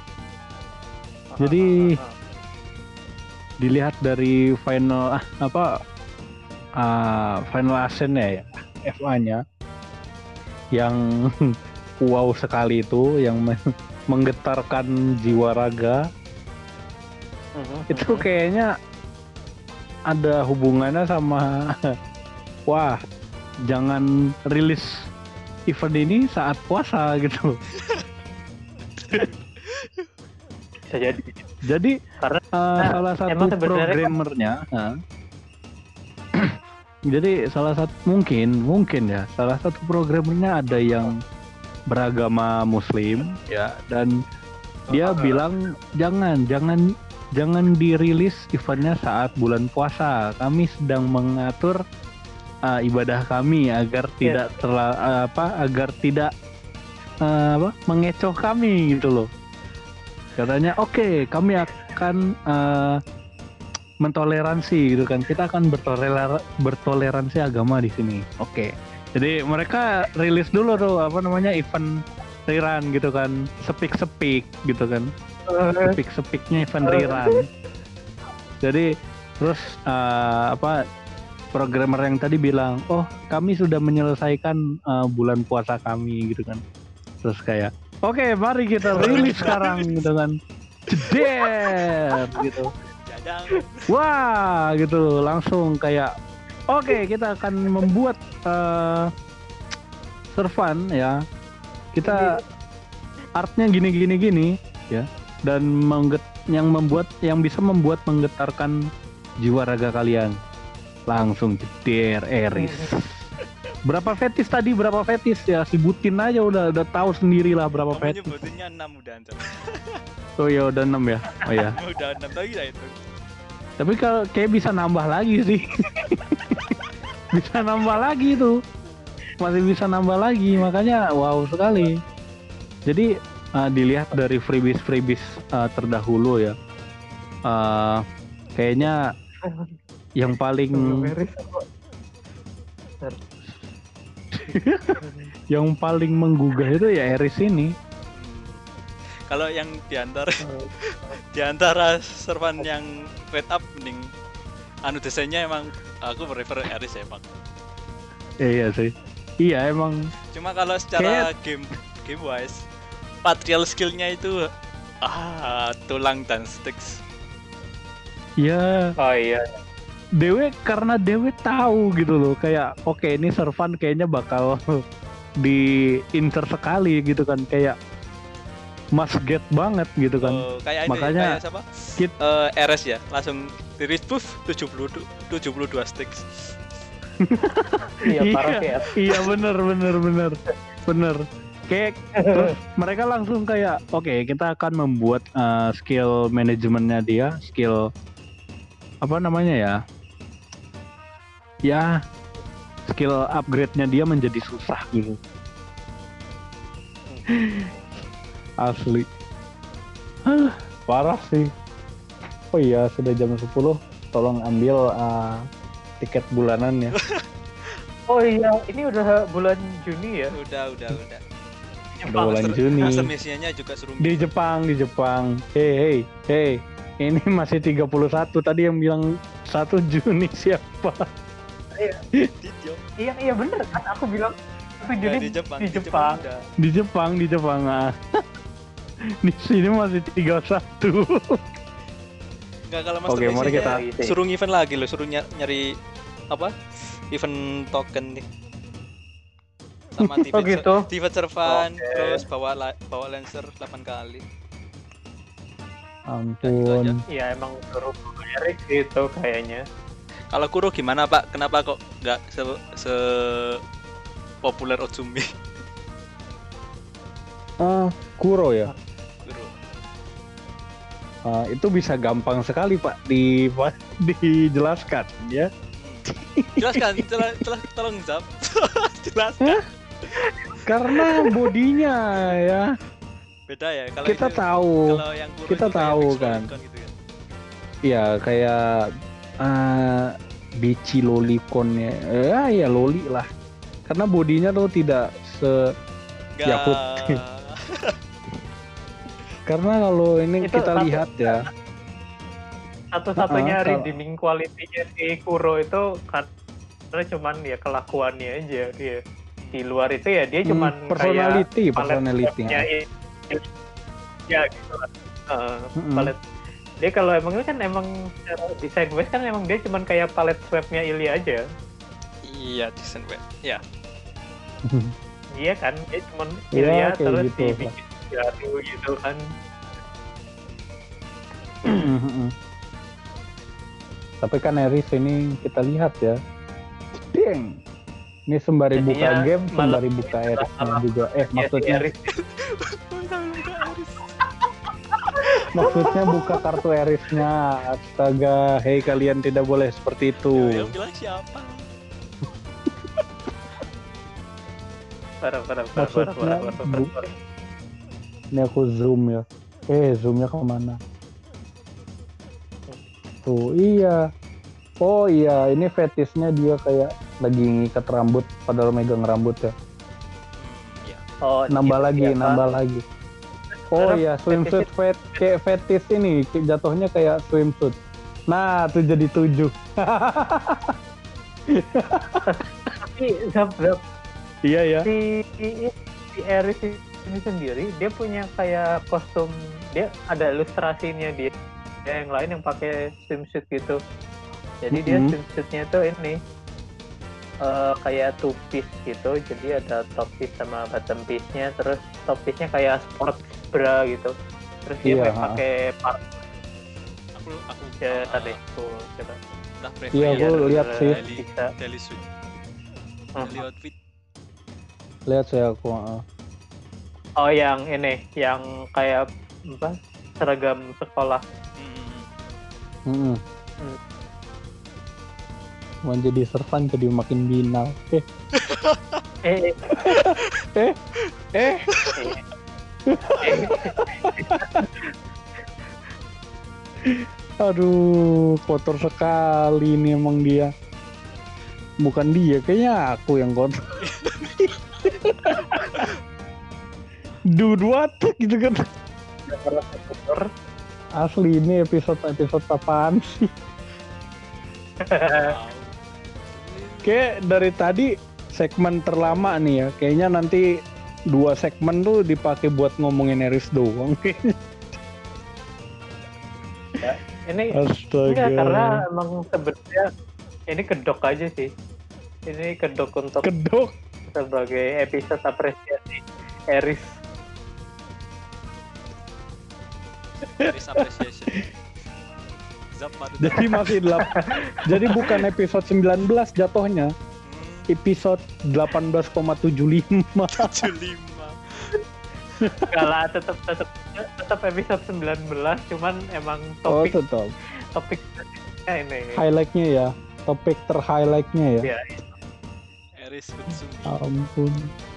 Jadi dilihat dari final ah, apa ah, final ascent-nya ya, F A-nya yang wow sekali itu, yang men- menggetarkan jiwa raga, itu kayaknya ada hubungannya sama wah, jangan rilis event ini saat puasa gitu. bisa jadi Jadi karena uh, Nah, salah satu emang sebenarnya kan- programmernya, nah, jadi salah satu mungkin mungkin ya salah satu programmernya ada yang beragama Muslim ya, dan dia Oh, bilang jangan jangan jangan dirilis eventnya saat bulan puasa. Kami sedang mengatur uh, ibadah kami agar tidak terla uh, apa agar tidak uh, apa mengecoh kami gitu loh. Katanya oke, okay, kami akan uh, mentoleransi gitu kan. Kita akan bertoler bertoleransi agama di sini. Oke. Okay. Jadi mereka rilis dulu tuh apa namanya event rerun gitu kan. Sepik-sepik gitu kan. Sepik-sepiknya event rerun. Jadi terus uh, apa programmer yang tadi bilang, "Oh, kami sudah menyelesaikan uh, bulan puasa kami," gitu kan. Terus kayak, "Oke, okay, mari kita rilis sekarang," gitu kan. Jeder gitu. Jadang. Wah, gitu langsung kayak oke, okay, kita akan membuat uh, servan ya. Kita artnya gini gini gini ya, dan mengget yang membuat yang bisa membuat menggetarkan jiwa raga kalian. Langsung jeder Eris. Berapa fetis tadi? Berapa fetis ya? Sebutin aja udah udah tahu sendiri lah berapa Kamu fetis. nyebutinnya enam udah antar. Oh ya udah enam ya. Oh ya. Udah enam lagi lah itu. Tapi kalau kayak bisa nambah lagi sih. Bisa nambah lagi tuh. Masih bisa nambah lagi, makanya wow sekali. Jadi uh, dilihat dari freebies freebies uh, terdahulu ya. Uh, kayaknya yang paling yang paling menggugah itu ya Eris ini. Kalau yang diantara diantara servan yang red up mending anu desainnya emang aku prefer Eris ya emang. Iya sih. Iya emang. Cuma kalau secara game game wise, Patrial skillnya itu ah tulang dan sticks. Ya. Oh iya. Dewe karena Dewe tahu gitu loh, kayak oke okay, ini Servan kayaknya bakal diincer sekali gitu kan, kayak must get banget gitu kan. Oh, kayak makanya ini, kayak siapa? Kit uh, R S ya, langsung di buff tujuh puluh dua sticks. Iya parah ya. Iya bener bener bener bener. Kayak terus mereka langsung kayak oke okay, kita akan membuat uh, skill manajemennya dia, skill apa namanya ya? Ya skill upgrade-nya dia menjadi susah gitu. Asli. Huh, parah sih. Oh iya sudah jam sepuluh. Tolong ambil uh, tiket bulanan ya. Oh iya, ini udah bulan Juni ya? Udah, udah, udah. Udah bulan Juni. Misinya juga suruh di Jepang, di Jepang. Hei, hei, hei. Ini masih tiga puluh satu. Tadi yang bilang satu Juni siapa? Iya. Iya, iya bener kan aku bilang satu Juni di Jepang. Di Jepang. Di Jepang, di Jepang. Ah. Di sini masih tiga puluh satu. Enggak, kalau Master Oke, mari kita suruh event lagi loh, suruh nyari apa? Event token nih. Sama oh gitu. Divot Servan, okay. Terus bawa la, bawa Lancer delapan kali. Ampun. Iya emang suruh Erik gitu kayaknya. Kalau Kuro gimana Pak? Kenapa kok nggak se, se populer Otsumi? Ah, uh, Kuro ya. Kuro. Uh, itu bisa gampang sekali Pak di dijelaskan ya. Jelaskan, jelas, jelas, tolong Zap. Jelaskan. Karena bodinya ya. Beda ya kalau kita itu, tahu. Kalau yang Kuro kita tahu kan. Gitu ya. Iya kayak uh, Bici Lolicon ya. Eh, ya Loli lah. Karena bodinya tuh tidak se Yakut. Karena kalau ini itu kita satu, lihat ya. Satu-satunya uh, redeeming quality-nya si Kuro itu karena cuman ya kelakuannya aja dia. Di luar itu ya dia cuman hmm, personality, kayak personality. Ya, ya gitu lah. Uh, hmm. Palet. Dia kalau emang itu kan emang desain web kan emang dia cuman kayak palet swap-nya Ilya aja. Iya, desain web. Ya. Iya kan, dia cuman ya, Ilya terus gitu, dibikin jadu gitu kan. Tapi kan Eris ini kita lihat ya. Ding. Ini sembari buka game, sembari buka Erisnya juga. Eh, maksudnya Eris. Maksudnya buka kartu Erisnya. Astaga, hei kalian tidak boleh seperti itu. Yang bilang siapa? Parah, parah, parah, maksudnya, parah, parah, parah, parah. Ini aku zoom ya. Eh, zoomnya kemana? Tuh, iya. Oh iya, ini fetisnya dia kayak lagi ngikat rambut, padahal megang rambut ya. Oh, nambah lagi, ya, nambah lagi. Oh iya, swimsuit fet kayak fetis ini, jatuhnya kayak swimsuit. Nah, tuh jadi tujuh. Tapi Zap, Zap. Iya ya. Si, si Eris ini sendiri, dia punya kayak kostum, dia ada ilustrasinya dia. Dia yang lain yang pakai swimsuit gitu. Jadi mm-hmm. dia swimsuitnya tuh ini uh, kayak two piece gitu. Jadi ada top piece sama bottom piece-nya. Terus top piece-nya kayak sport bra gitu. Terus dia iya, pakai part. Aku aku ya uh, tadi tuh coba. Nah, iya aku lihat sih. Daily, daily suit. Daily outfit. Lihat saya aku. Uh. Oh yang ini, yang kayak apa? Seragam sekolah. Hmm. Hmm. Mau jadi servan jadi makin binal. Eh. eh. eh. Eh. eh. Aduh, kotor sekali nih emang dia. Bukan dia, kayaknya aku yang kotor. Dude, what? Gitu kan. Kotor. Asli ini episode-episode apaan sih? Wow. Kayak dari tadi segmen terlama nih ya. Kayaknya nanti dua segmen tuh dipakai buat ngomongin Eris doang. Ya, ini Astaga. enggak, karena emang sebenarnya ini kedok aja sih. Ini kedok untuk Kedok. sebagai episode apresiasi Eris. Eris appreciation. Zap baru Jadi masih delapan. Jadi bukan episode sembilan belas jatuhnya. hmm, Episode delapan belas koma tujuh lima. tujuh puluh lima. Kalah tetap tetap tetap episode sembilan belas, cuman emang Oh topik tetap. topik ini. Highlightnya ya. Topik ter-highlightnya ya. Ya, Eris Kutsumi. Ampun.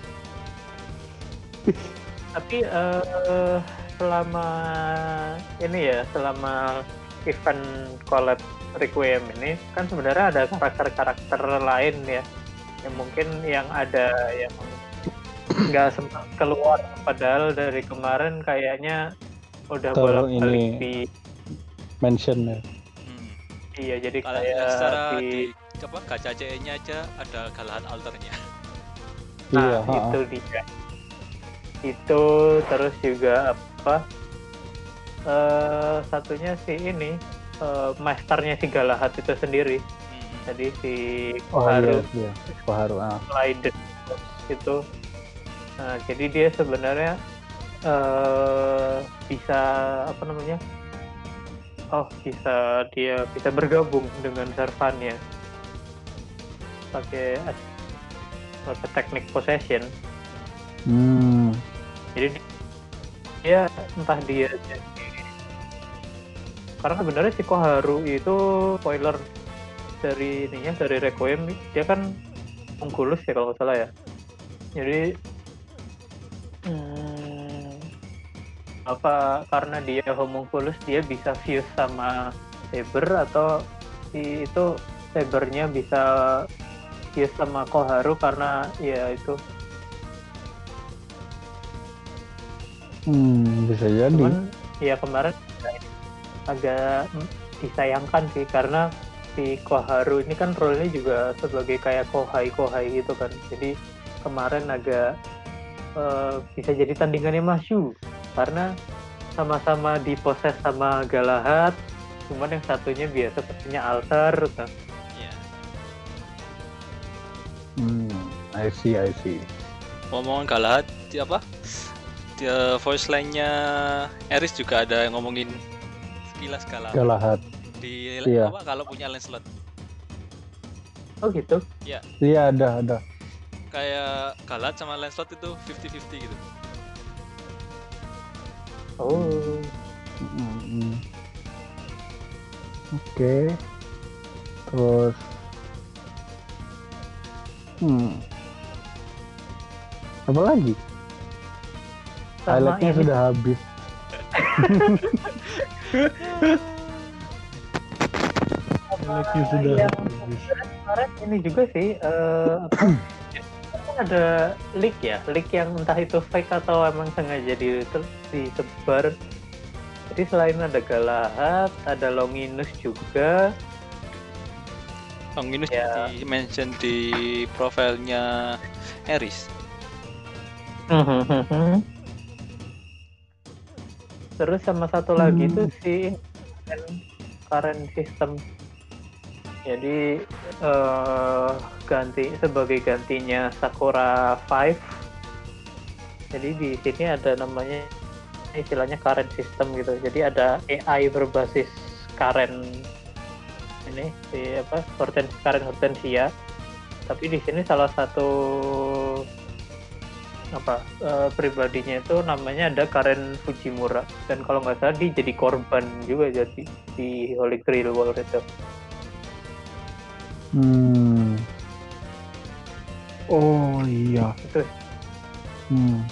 tapi eh, selama ini ya, selama event collab Requiem ini kan sebenarnya ada karakter-karakter lain ya, yang mungkin yang ada yang nggak sempat keluar, padahal dari kemarin kayaknya udah Ter- bolak-balik ini- di Mention ya. Hmm. iya, jadi Kalau kayak secara di di apa gacha C E-nya aja ada Galahan alternya. nah Iya, ha-ha. itu dia itu terus juga apa eh satunya si ini eh, masternya si Galahad itu sendiri, Hmm. jadi si Oh Koharu iya, iya. Koharu. Ah. Leiden itu. Nah, jadi dia sebenarnya eh bisa apa namanya? Oh, bisa dia bisa bergabung dengan Servania pakai pakai teknik possession. Hmm. Jadi dia entah dia jadi, karena sebenarnya si Koharu itu spoiler dari ininya, dari Requiem, dia kan homunculus ya kalau nggak salah ya. Jadi hmm, apa karena dia homunculus dia bisa fuse sama Saber, atau si itu Sabernya bisa fuse sama Koharu karena ya itu. Hmm, bisa jadi. Cuman ya kemarin agak disayangkan sih, karena si Koharu ini kan role-nya juga sebagai kayak kohai-kohai gitu kan. Jadi kemarin agak uh, bisa jadi tandingannya Mashu, karena sama-sama diposes sama Galahad, cuman yang satunya biasa sepertinya alter gitu. Iya. Hmm, I see, I see. Ngomongin Galahad, di apa? Dia voice line-nya Eris juga ada yang ngomongin sekilas Galahad. Galahad. Di Iya. apa kalau punya Lancelot. Oh gitu. Iya, ada, ada. Kayak Galahad sama Lancelot itu fifty fifty gitu. Oh. Hmm. Oke. Terus hmm. Apa lagi? Sama Highlightnya ini sudah habis. Highlightnya sudah yang habis. kemarin ini juga sih eh, apa kan ada leak ya, leak yang entah itu fake atau emang sengaja di disebar. Jadi selain ada Galahad, ada Longinus juga. Longinus Ya. di mention di profilnya Eris. Terus sama satu lagi Hmm. tuh si current system. Jadi eh, ganti sebagai gantinya Sakura lima. Jadi di sini ada namanya istilahnya current system gitu. Jadi ada A I berbasis current ini si apa Horten current Hortensia. Tapi di sini salah satu apa eh, pribadinya itu namanya ada Karen Fujimura, dan kalau nggak salah dia jadi korban juga jadi di Holy Grail War itu. Hmm. Oh iya. Itu Hmm.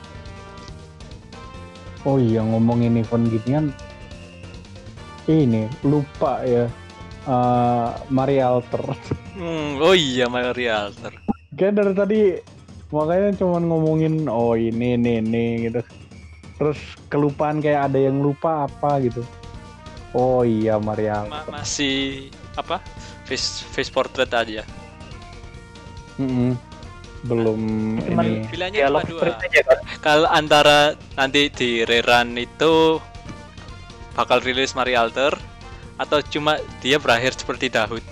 Oh iya, ngomongin event ginian, ini lupa ya. Uh, Mari Alter. Hmm, oh iya Maria Alter. Kayak dari tadi makanya cuman ngomongin oh ini ini ini gitu. Terus kelupaan kayak ada yang lupa apa gitu. Oh iya Maria. Ma- masih apa? Face face portrait aja. Mm-mm. Belum Cuman ini. Pilihannya dialog cuma dua. sprint aja kan. Kalau antara nanti di rerun itu bakal rilis Mario Alter atau cuma dia berakhir seperti Dahut.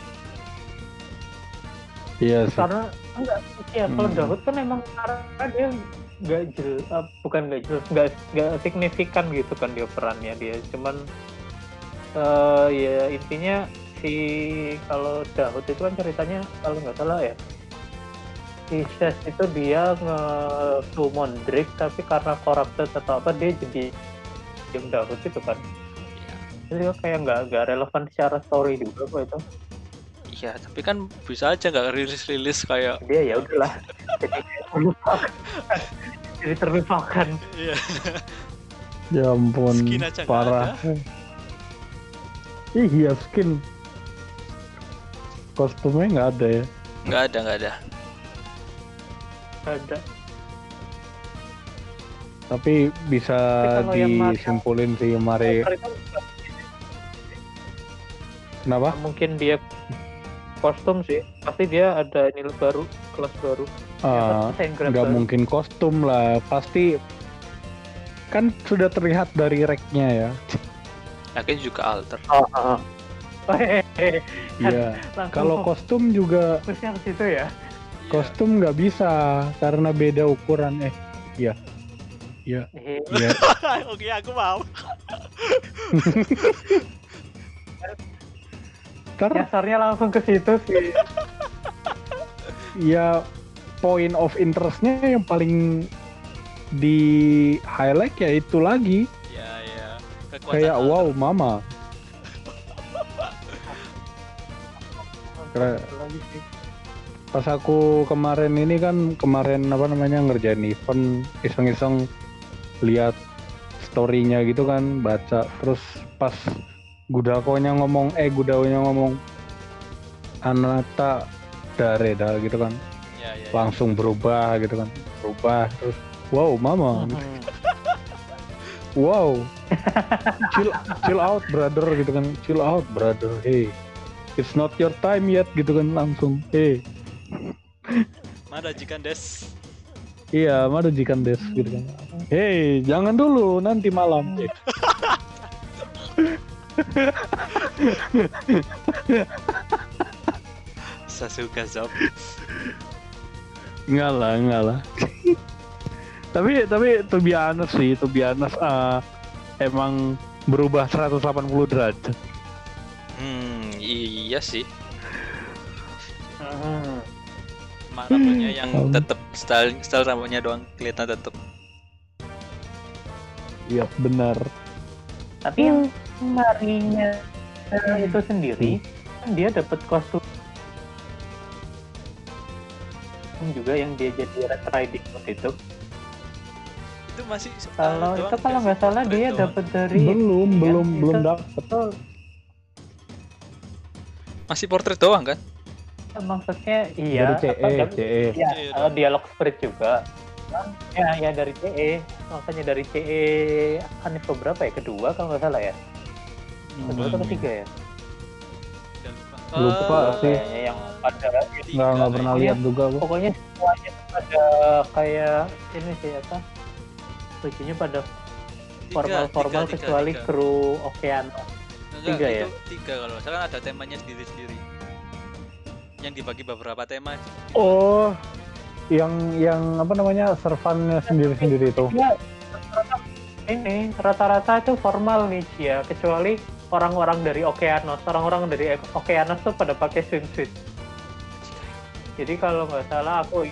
Iya sih. Karena enggak ya kalau Hmm. Dahut kan emang karena dia nggak jelas, bukan nggak jelas, nggak nggak signifikan gitu kan dia perannya dia. Cuman eh ya intinya si kalau Dahut itu kan ceritanya kalau nggak salah ya, si Chess itu dia nge-summon Drake tapi karena corrupted atau apa dia jadi yang Dahut itu kan. Iya. Jadi kayak nggak nggak relevan secara story juga kok itu. Iya, tapi kan bisa aja nggak rilis-rilis kayak Dia ya udahlah. Jadi terlupakan. Jadi terlupakan. iya. Ya ampun, Skin aja nggak parah. Ih, iya skin. Kostumnya nggak ada ya. Nggak ada, nggak ada. Ada. Tapi bisa Tapi kalau yang Mario- disimpulin sih Mari. Kenapa? Mungkin dia kostum sih, pasti dia ada ini baru, kelas baru. Ah, Desain grab nggak baru. mungkin kostum lah, pasti kan sudah terlihat dari racknya ya. Yakin juga alter. Oh, oh. Oh, hehehe. Iya. Langsung Kalau kostum juga fokusnya ke situ ya. kostum nggak bisa karena beda ukuran eh. Iya. Iya. Hehehe. Iya. Oke, aku paham. Ntar Nyasarnya langsung ke situ sih. ya point of interestnya yang paling di highlight ya itu lagi. Iya, iya. Kekuatan Kayak alter. wow mama. Keren. Lagi sih. Pas aku kemarin ini kan kemarin apa namanya ngerjain event iseng-iseng lihat story-nya gitu kan baca terus pas Gudakonya ngomong eh Gudakonya ngomong Anata Dareda gitu kan Iya, iya. langsung berubah gitu kan berubah terus wow mama Mhm. wow chill chill out brother gitu kan chill out brother hey it's not your time yet gitu kan langsung hey Mana jikan des? iya mana jikan des gitu kan hey jangan dulu nanti malam Sasuke Zop. enggak lah enggak lah tapi tapi to be honest sih to be honest uh, emang berubah seratus delapan puluh derajat. Hmm, iya sih. Mhm. Cuma rambutnya yang Hmm. tetap style style rambutnya doang kelihatan tetap. Iya benar. Tapi yang Marinya itu sendiri kan dia dapat kostum juga yang dia jadi Red Riding Hood itu. Itu masih Kalau style itu doang, kalau nggak versi salah portrait dia doang. dapat dari belum ini kan, belum itu- belum dapet itu Masih portrait doang kan? maksudnya iya dari C E apa, kan- C E iya, C E eh, dialog spirit juga. Ya, ya dari C E, makanya dari C E Hanif berapa ya? Kedua kalau nggak salah ya. Kedua atau Hmm. ketiga ya? Udah lupa. Lupa Eh, sih. Kayaknya yang pada tiga nggak nggak lah pernah ini. lihat juga gua. pokoknya semuanya pada kayak ini sih apa? Bajunya pada Tiga, formal-formal tiga, tiga, kecuali tiga. kru Okean. Enggak, tiga itu ya? tiga kalau nggak salah kan ada temanya sendiri-sendiri. Yang dibagi beberapa tema. Oh yang yang apa namanya servannya sendiri-sendiri itu. Ya, ini rata-rata itu formal nih ya, kecuali orang-orang dari Okeanos. Orang-orang dari Okeanos tuh pada pakai swimsuit. Jadi kalau nggak salah aku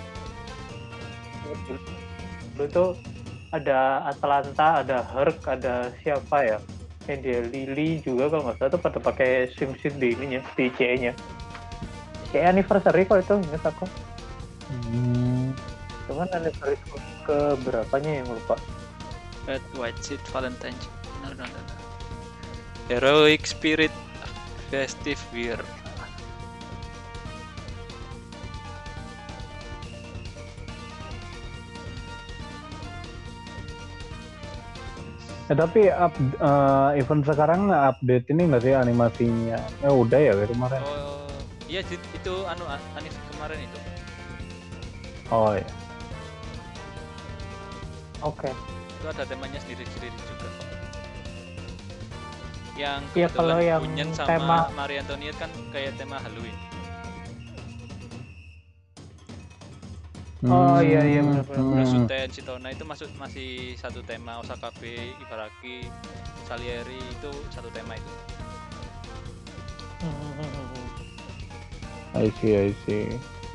dulu tuh ada Atlanta, ada Herc, ada siapa ya? Yang dia Lily juga kalau nggak salah tuh pada pakai swimsuit di ininya, di C E-nya. C E anniversary kok itu ingat aku. Hmm. Cuman anniversary ke berapanya yang lupa. Red White Seed Valentine. No, no, no, no. Heroic Spirit Festive Wear. Eh, tapi up, eh, event sekarang update ini nggak sih animasinya? Ya udah ya kayak kemarin. Oh iya Jit, itu anu a- anime kemarin itu. Oh iya. Oke. Itu ada temanya sendiri-sendiri juga. Yang Iya, kebetulan kalau yang Bunyan sama tema- Marie Antoinette kan kayak tema Halloween. Oh, iya, iya, Hmm, benar-benar. hmm. Rasuten, Shitona itu masuk masih satu tema. Osakabe, Ibaraki, Salieri itu satu tema itu. I see, I see.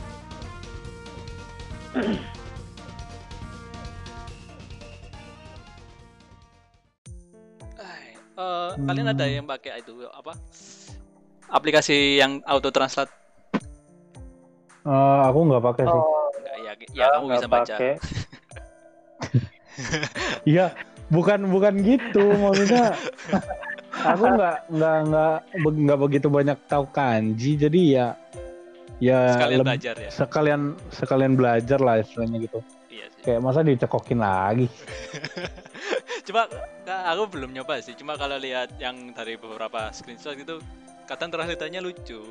Ay, eh, Hmm. Kalian ada yang pakai itu apa? Aplikasi yang auto translate? Eh, aku nggak pakai sih. Oh, Enggak ya, ya kamu nggak bisa baca. pakai. Iya, bukan bukan gitu maksudnya. Aku nggak nggak nggak be- nggak begitu banyak tahu kanji, jadi ya ya Sekalian leb- belajar ya. sekalian sekalian belajar lah istilahnya gitu. Iya sih. Kayak masa dicekokin lagi. Cuma ka- aku belum nyoba sih. Cuma kalau lihat yang dari beberapa screenshot itu, kadang translatannya lucu.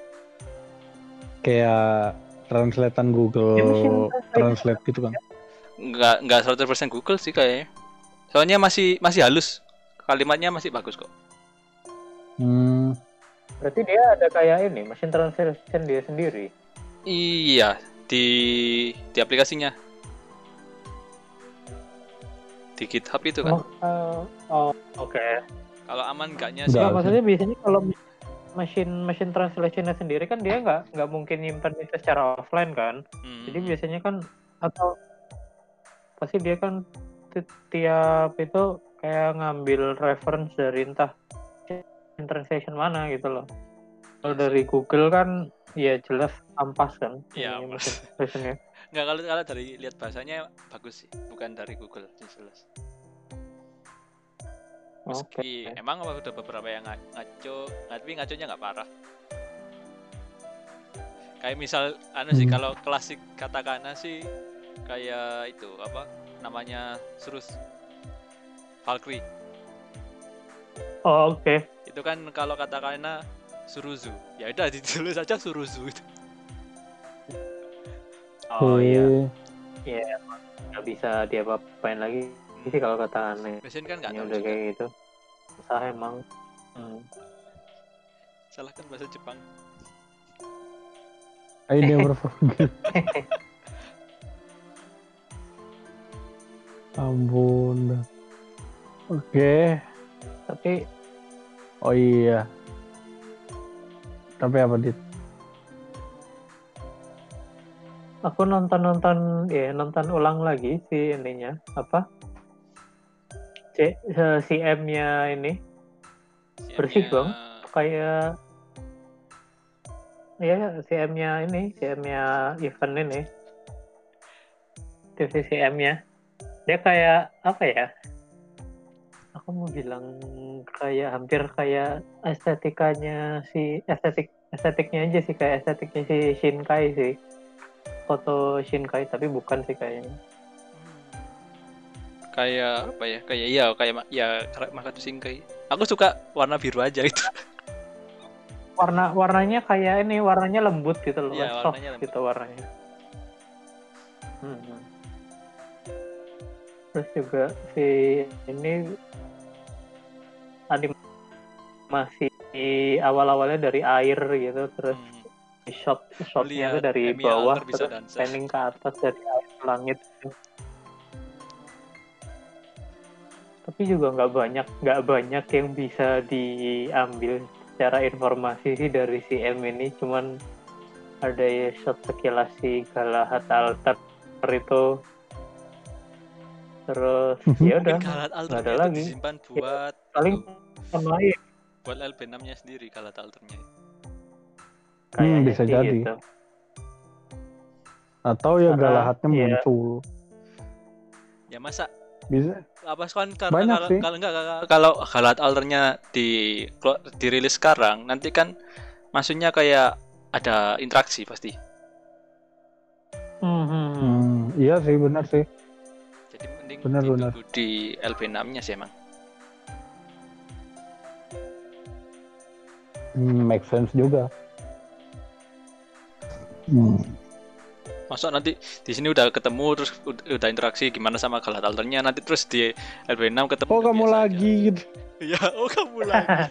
Kayak translatean Ya, Google machine Translate gitu kan. Nggak nggak seratus persen Google sih kayaknya. Soalnya masih masih halus. Kalimatnya masih bagus kok. Hmm. Berarti dia ada kayak ini, machine translation dia sendiri. Iya, di di aplikasinya. Di GitHub itu kan. Oh, eh, oh, oke. Kalau aman enggaknya sih. Nggak. Nggak, maksudnya biasanya kalau machine machine translationnya sendiri kan dia nggak nggak mungkin nyimpan itu secara offline kan. Hmm. Jadi biasanya kan atau pasti dia kan ti- tiap itu kayak ngambil reference dari entah translation mana gitu loh. Kalau dari Google kan ya jelas ampas kan. Iya, ininya, ampas. machine translationnya. Nggak, kalau kalau dari lihat bahasanya bagus sih, bukan dari Google jelas. Meski Oke. emang udah beberapa yang nga- ngaco, tapi ngaconya nggak parah. Kayak misal, anu sih, Hmm. kalau klasik katakana sih kayak itu apa namanya Surus Valkyrie. Oh, oke. Itu kan kalau katakana Suruzu, ya udah ditulis aja Suruzu itu. Oh iya, Iya. nggak bisa diapa-apain lagi sih kalau kata aneh. Mesin kan nggak Ini tahu udah juga. kayak gitu. Susah emang. Hmm. Salah kan bahasa Jepang. I never forget. Ampun. Oke. Tapi Oh iya. Tapi apa dit? aku nonton-nonton ya nonton ulang lagi si ininya apa? C, eh, C M-nya ini bersih, C M-nya Bang. Kayak ya C M-nya ini, C M-nya event ini. T V C M-nya. Dia kayak apa ya? Aku mau bilang kayak hampir kayak estetikanya si estetik estetiknya aja sih kayak estetiknya si Shinkai sih. Foto Shinkai tapi bukan sih kayaknya. Kayak apa ya? Kayak iya, kayak ma- ya Makoto Shinkai. Aku suka warna biru aja itu. Warna warnanya kayak ini, warnanya lembut gitu loh, Iya, soft warnanya lembut. gitu warnanya. Hmm. Terus juga si ini animasi awal-awalnya dari air gitu, terus Hmm. shot shotnya Melihat tuh dari Emi bawah Alter bisa terus dansa. panning ke atas dari air ke langit. Tapi juga nggak banyak nggak banyak yang bisa diambil secara informasi sih dari C M ini, cuman ada ya shot sekilas si Galahad Alter itu, terus ya udah Mungkin Galahad nggak Alternya ada itu lagi. disimpan buat Paling itu, sama lain buat L B enam-nya sendiri Galahad Alternya. kayaknya Hmm, bisa sih jadi. gitu. Atau ya Karena, Galahadnya iya. muncul. Ya masa Bisa. apa kan karena Banyak kalau sih. kalau enggak kalau- kalau Galahad Alternya di kelo- dirilis sekarang, nanti kan maksudnya kayak ada interaksi pasti. Hmm, hmm, hmm. Hmm, iya sih benar sih. Jadi mending Benar, ditunggu benar. di L B enam-nya sih emang. Hmm, make sense juga. Hmm. Masuk nanti di sini udah ketemu terus ud- udah interaksi gimana sama Galhat Alternya, nanti terus di L B enam ketemu Oh udah kamu biasa lagi aja. gitu. Ya, oh kamu lagi.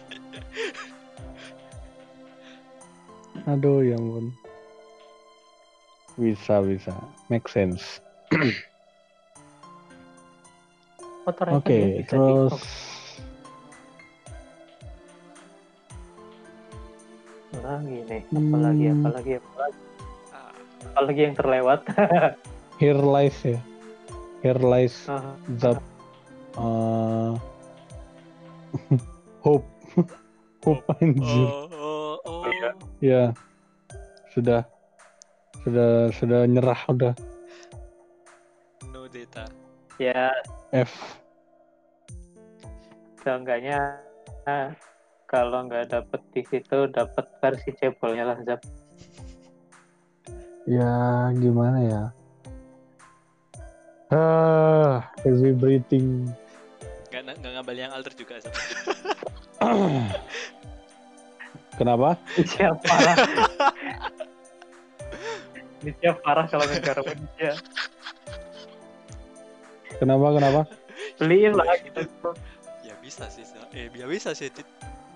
Aduh ya ampun. Bisa bisa, make sense. Motor Oke, Evan ya bisa terus di oh, gini. Apalagi hmm, apalagi apalagi Ah, apalagi yang terlewat. here lies ya, here lies Ah, Zap, uh, hope, hope anjir. oh, oh, oh. Iya. Ya sudah sudah sudah nyerah udah. No data. Ya, F. seenggaknya ah, kalau nggak dapet di situ dapat versi cebolnya lah Zap. Ya gimana ya? Ah, heavy breathing. Nggak nggak ngambil yang alter juga. Sob. Kenapa? Siap parah. Ini siap parah kalau ngegarapin dia. Kenapa kenapa? Beliin lah gitu. Ya bisa sih, Sob. eh ya bisa sih Dit.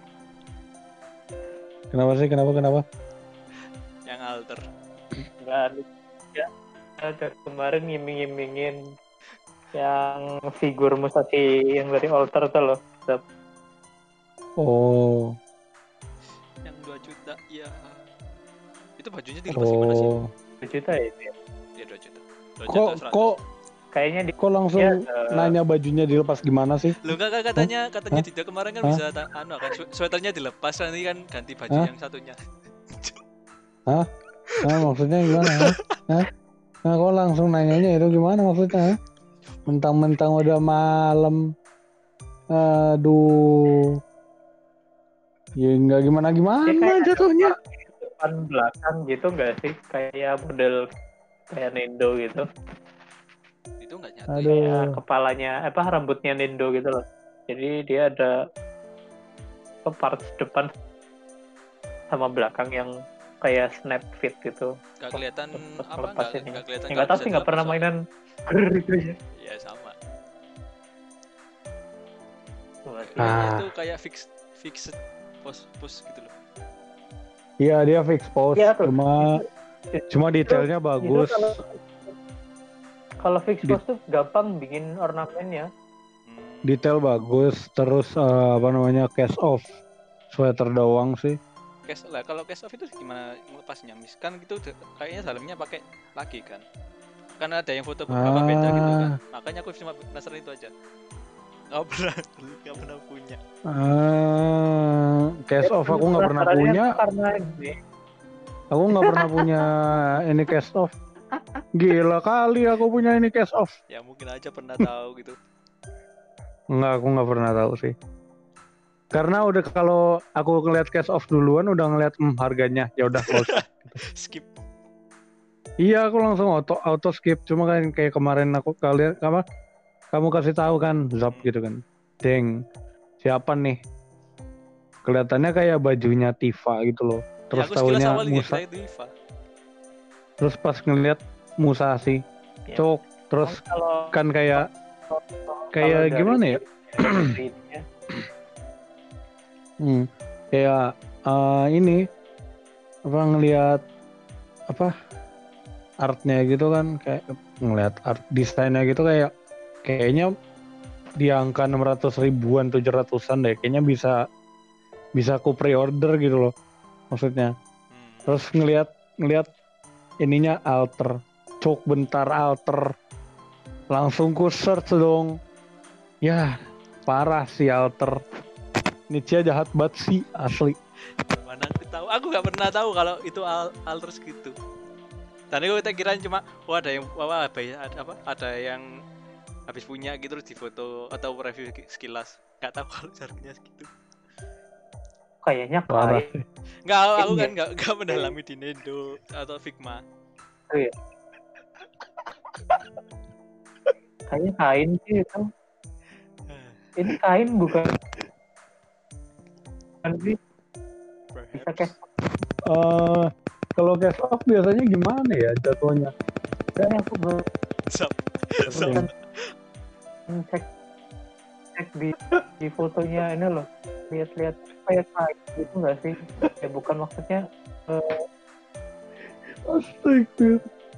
Kenapa sih? Kenapa kenapa? Yang alter. Nggak ada. Ya, ada kemarin ngiming-ngimingin yang figur Musashi yang dari altar tuh loh. Zap. Oh, Yang dua juta ya. Itu bajunya dilepas gimana sih? oh. dua juta ya itu ya. Ya dua juta. dua juta Kok seratus. kok Kayaknya di kok langsung ya, eh, nanya bajunya dilepas gimana sih? Lu enggak katanya katanya Hah? tidak kemarin kan Hah? bisa ta- anu kan swe- sweaternya dilepas nanti kan ganti baju Hah? yang satunya. Hah? Nah, maksudnya gimana? Hah? Hah? Nah, kok langsung nanyanya itu gimana maksudnya? Hah? Mentang-mentang udah malam. Aduh. Ya nggak ya gimana-gimana kayak jatuhnya. depan belakang gitu nggak sih? Kayak model kayak Nendo gitu. Itu enggak nyatu. Aduh. Kayak kepalanya apa rambutnya Nendo gitu loh. Jadi dia ada ke part depan sama belakang yang kayak snap fit gitu. Enggak kelihatan Terus apa enggak ngelepas ini. enggak kelihatan. Ya, nggak tahu bisa sih nggak pernah dilepas, mainan grrr gitu ya. soalnya. Ya sama. Wah, Kayaknya Ah. itu kayak fix fixed pos pos gitu loh. Iya dia fix pose. Iya, tuh. Cuma Itu- cuma detailnya Justru bagus. kalau kalau fix Di- pose tuh gampang bikin ornamennya. Hmm. Detail bagus. Terus eh, apa namanya cast off sweater doang sih. Case lah kalau case off itu gimana melepasnya? Mis kan gitu de- kayaknya dalamnya pakai lagi kan. Kan ada yang foto beberapa beda gitu kan. Ah. Makanya aku cuma penasaran itu aja. Nggak pernah nggak pernah punya. Ah, cast off aku nggak pernah Penasarannya punya. tuh karena ini. Aku nggak pernah punya ini cast off. Gila kali aku punya ini cast off. Ya mungkin aja pernah tahu gitu. Enggak, aku nggak pernah tahu sih. Karena udah kalau aku ngeliat cast off duluan udah ngeliat hmm, harganya ya udah nggak usah. Skip. Iya aku langsung auto auto skip. Cuma kan kayak kemarin aku kalian apa kamu kasih tahu kan Zap gitu kan. Deng siapa nih? Kelihatannya kayak bajunya Tifa gitu loh. Ya, Terus aku sekilas tahunya awal juga Musa. kira itu Iva. Terus pas ngeliat Musashi, Ya. cok. Terus Kalau kan kayak kalau kayak dari- gimana ya? dari ininya, Hmm, kayak eh, ini apa ngelihat apa artnya gitu kan kayak ngelihat art desainnya gitu kayak kayaknya di angka enam ratus ribuan tujuh ratusan deh kayaknya bisa bisa aku pre-order gitu loh maksudnya. Hmm. Terus ngelihat ngelihat ininya alter, cok bentar alter, langsung ku search dong. Ya parah sih alter. Nietzsche jahat banget sih asli. Mana aku tahu? Aku nggak pernah tahu kalau itu al alter segitu. Tadi aku kira cuma wah ada yang wah apa ya ada apa ada yang habis punya gitu terus difoto atau review sekilas. Nggak tahu kalau harganya segitu. kayaknya Parah kain. sih. Nggak, aku Iya. kan nggak nggak mendalami di Nendo atau Figma. Kayaknya kain sih itu. Ini kain bukan bukan sih. Bro. bisa cash Eh, kalau cash off biasanya gimana ya jatuhnya? dan aku belum Zap. Belum. cek cek di di fotonya ini loh, lihat-lihat kayak kayak gitu nggak sih? Ya bukan maksudnya eh, Astaga.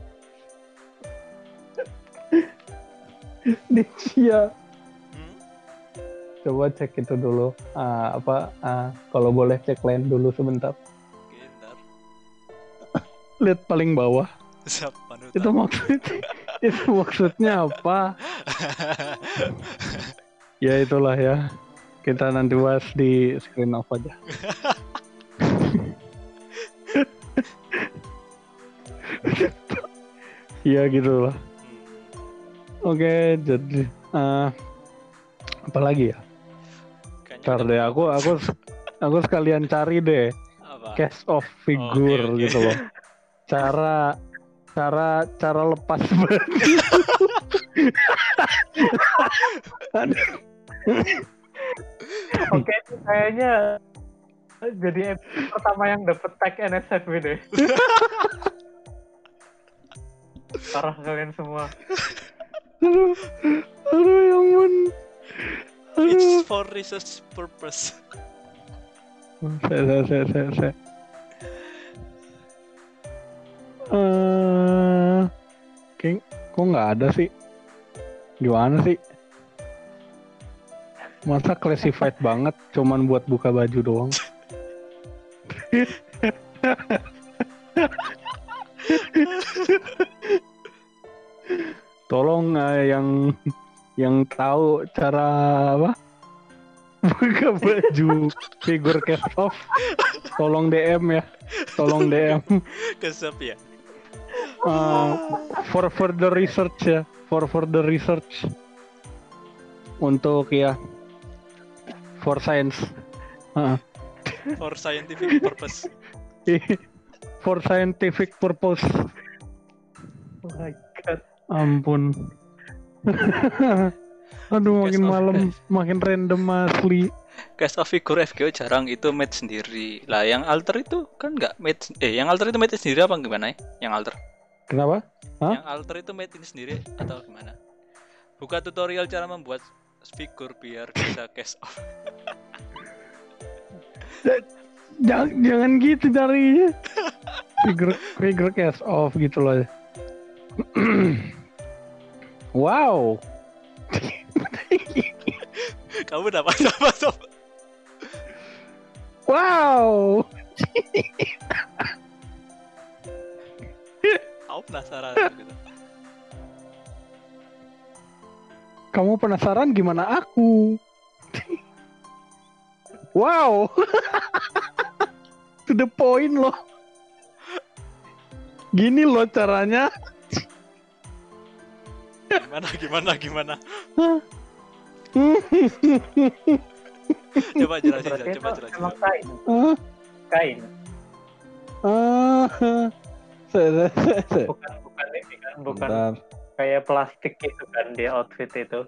Dia Hmm? coba cek itu dulu. Ah, apa? Ah, kalau boleh cek lain dulu sebentar. Oke, ntar. Lihat paling bawah. Zap panutan. Itu maksudnya itu maksudnya apa? Ya itulah ya. Kita nanti bahas di screen off aja. Iya gitulah. Hmm. Oke, jadi eh apa lagi ya? Kayaknya Ntar udah deh, aku cukup. aku aku sekalian cari deh Apa? cast of figure Oke, oke. gitu loh. Cara cara cara lepas baju. Aduh. oke itu kayaknya jadi episode pertama yang dapet tag N S F B deh. Parah kalian semua. Aduh, aduh ya ampun. It's Aduh. for research purpose. Saya, saya, saya, saya, saya. Eh, kayak- kok nggak ada sih? Gimana sih? Masa classified banget, cuman buat buka baju doang? Tolong eh, yang yang tahu cara apa buka baju figur cast off, tolong D M ya, tolong D M Kesep ya. uh, for further research ya, for further research untuk ya for science, uh, For scientific purpose. for scientific purpose. Oh my god. Ampun. Aduh, makin Cast of- malam makin random asli. Cast of figure F G O jarang itu made sendiri. Lah yang alter itu kan nggak made eh yang alter itu made sendiri apa gimana ya? Yang alter. Kenapa? Hah? Yang alter itu made in sendiri atau gimana? Buka tutorial cara membuat figur biar bisa cast off. Jangan, jangan gitu carinya. Figure figure cast off gitu loh. Wow. Kamu dapat apa sob? Wow. Aku penasaran gitu. Kamu penasaran gimana aku? Wow. To the point loh. Gini loh caranya. Gimana gimana gimana? Coba jelasin, Zak. Berarti Coba itu jelasin. emang kain. Ah, Kain. ah, se- se- se- se. Bukan bukan ini kan, bukan Bentar. kayak plastik gitu kan di outfit itu.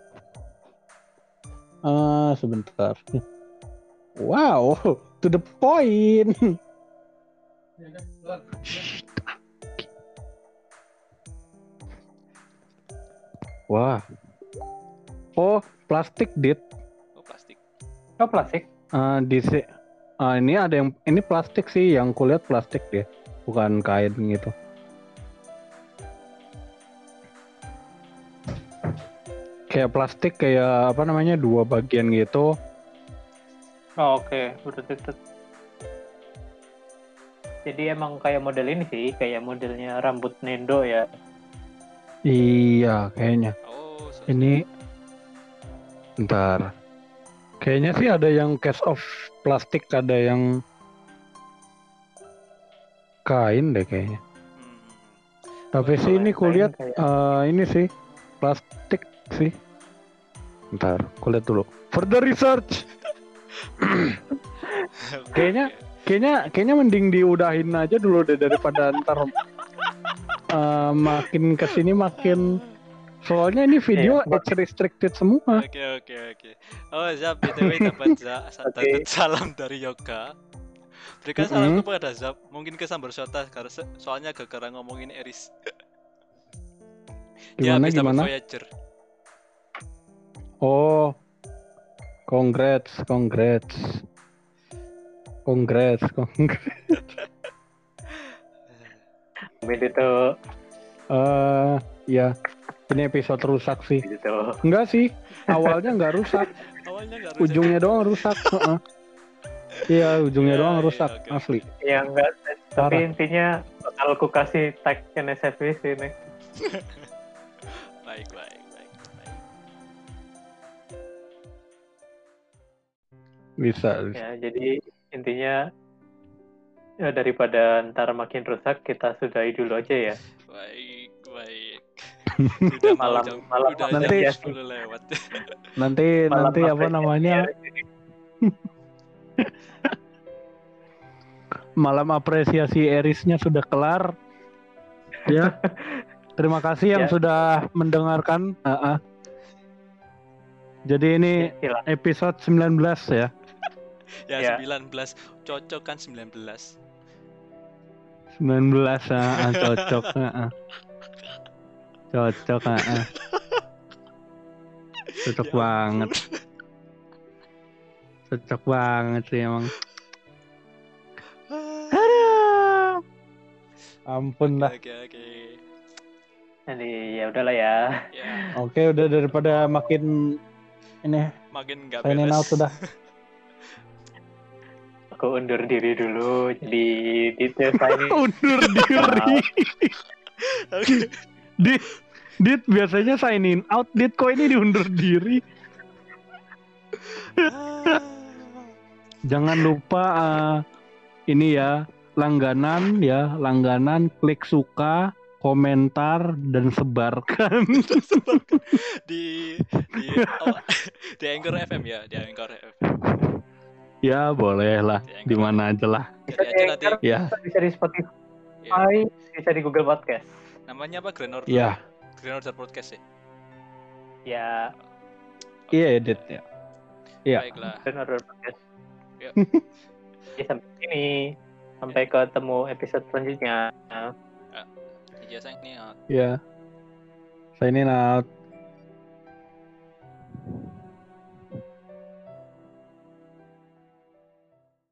Ah, sebentar. Wow, to the point. Wah. Oh, plastik dit. Oh, plastik. Oh plastik. Ah, di si- ah, ini ada yang ini plastik sih, yang kulihat plastik deh, bukan kain gitu. Kayak plastik kayak apa namanya dua bagian gitu. Oh, oke, berarti itu. Jadi emang kayak model ini sih, kayak modelnya rambut Nendo ya. Iya, kayaknya. Oh, so- Ini ntar. Kayaknya sih ada yang cast of plastik, ada yang kain deh kayaknya. Hmm. Tapi Kalau sih ini yang kulihat kain kayak- eh, ini sih plastik sih. Ntar, kulihat dulu. Further research. Kayaknya kayaknya kayaknya mending diudahin aja dulu deh daripada ntar eh, makin kesini makin. Soalnya ini video Iya, age restricted semua. Oke oke oke. Oh Zap, B T W dapat za- sa- Oke. dapat salam dari Yoga. Berikan Mm-mm. saran kepada Zap, mungkin ke Sambar Sota karena se- soalnya gara-gara ngomongin Eris. Dia Gimana habis dapat gimana? Voyager. Oh, congrats, congrats, congrats, congrats. Amin itu Eh, ya, ini episode rusak sih. gitu. Enggak sih, awalnya nggak rusak, Awalnya nggak rusak. ujungnya doang rusak. Heeh. Iya, ujungnya Iya, doang iya, rusak, oke, asli. Ya enggak, tapi Parah. intinya bakal aku kasih tag N S F W sini. Baik, baik, baik, baik. Bisa. bisa. Ya, jadi intinya ya daripada ntar makin rusak kita sudahi dulu aja ya. Baik, baik. Sudah mau Malam jam, malam udah Nanti- jam sepuluh lewat. Nanti malam nanti apa apresiasi namanya? ya. Malam apresiasi Erisnya sudah kelar. Ya. Terima kasih yang Ya. sudah mendengarkan. Ah, ah. Jadi ini Ya, silakan. episode sembilan belas ya. Ya, Ya. sembilan belas. Cocok kan sembilan belas. sembilan belas ah, ah, cocok. Ah, ah. Cocok, ah, ah. Cocok Ya banget. ampun. Cocok banget sih emang. Aduh. Ampun dah. Oke, oke, oke. Jadi ya udahlah ya. Ya, Oke, udah daripada makin ini makin nggak sign beres. out sudah. Aku undur diri dulu. Jadi detail ini Undur diri. Oke. Dit, Dit biasanya sign in out, Dit kok ini diundur diri. Jangan lupa uh, ini ya, langganan ya, langganan, klik suka, komentar dan sebarkan. di di oh, di Anchor F M ya, di Anchor F M. Ya boleh lah, Di Anchor. di mana aja lah. bisa Cari di aja nanti. Anchor, Ya, bisa di Spotify, Ya. bisa di Google Podcast. Namanya apa? Grand Order. ya, Grand Order Podcast ya. Ya, iya Dit ya. Iya. Baiklah. dan order podcast. Ya. Ya, sampai sini. Sampai ketemu episode selanjutnya. Ijazah ini. Ya. Sign in out.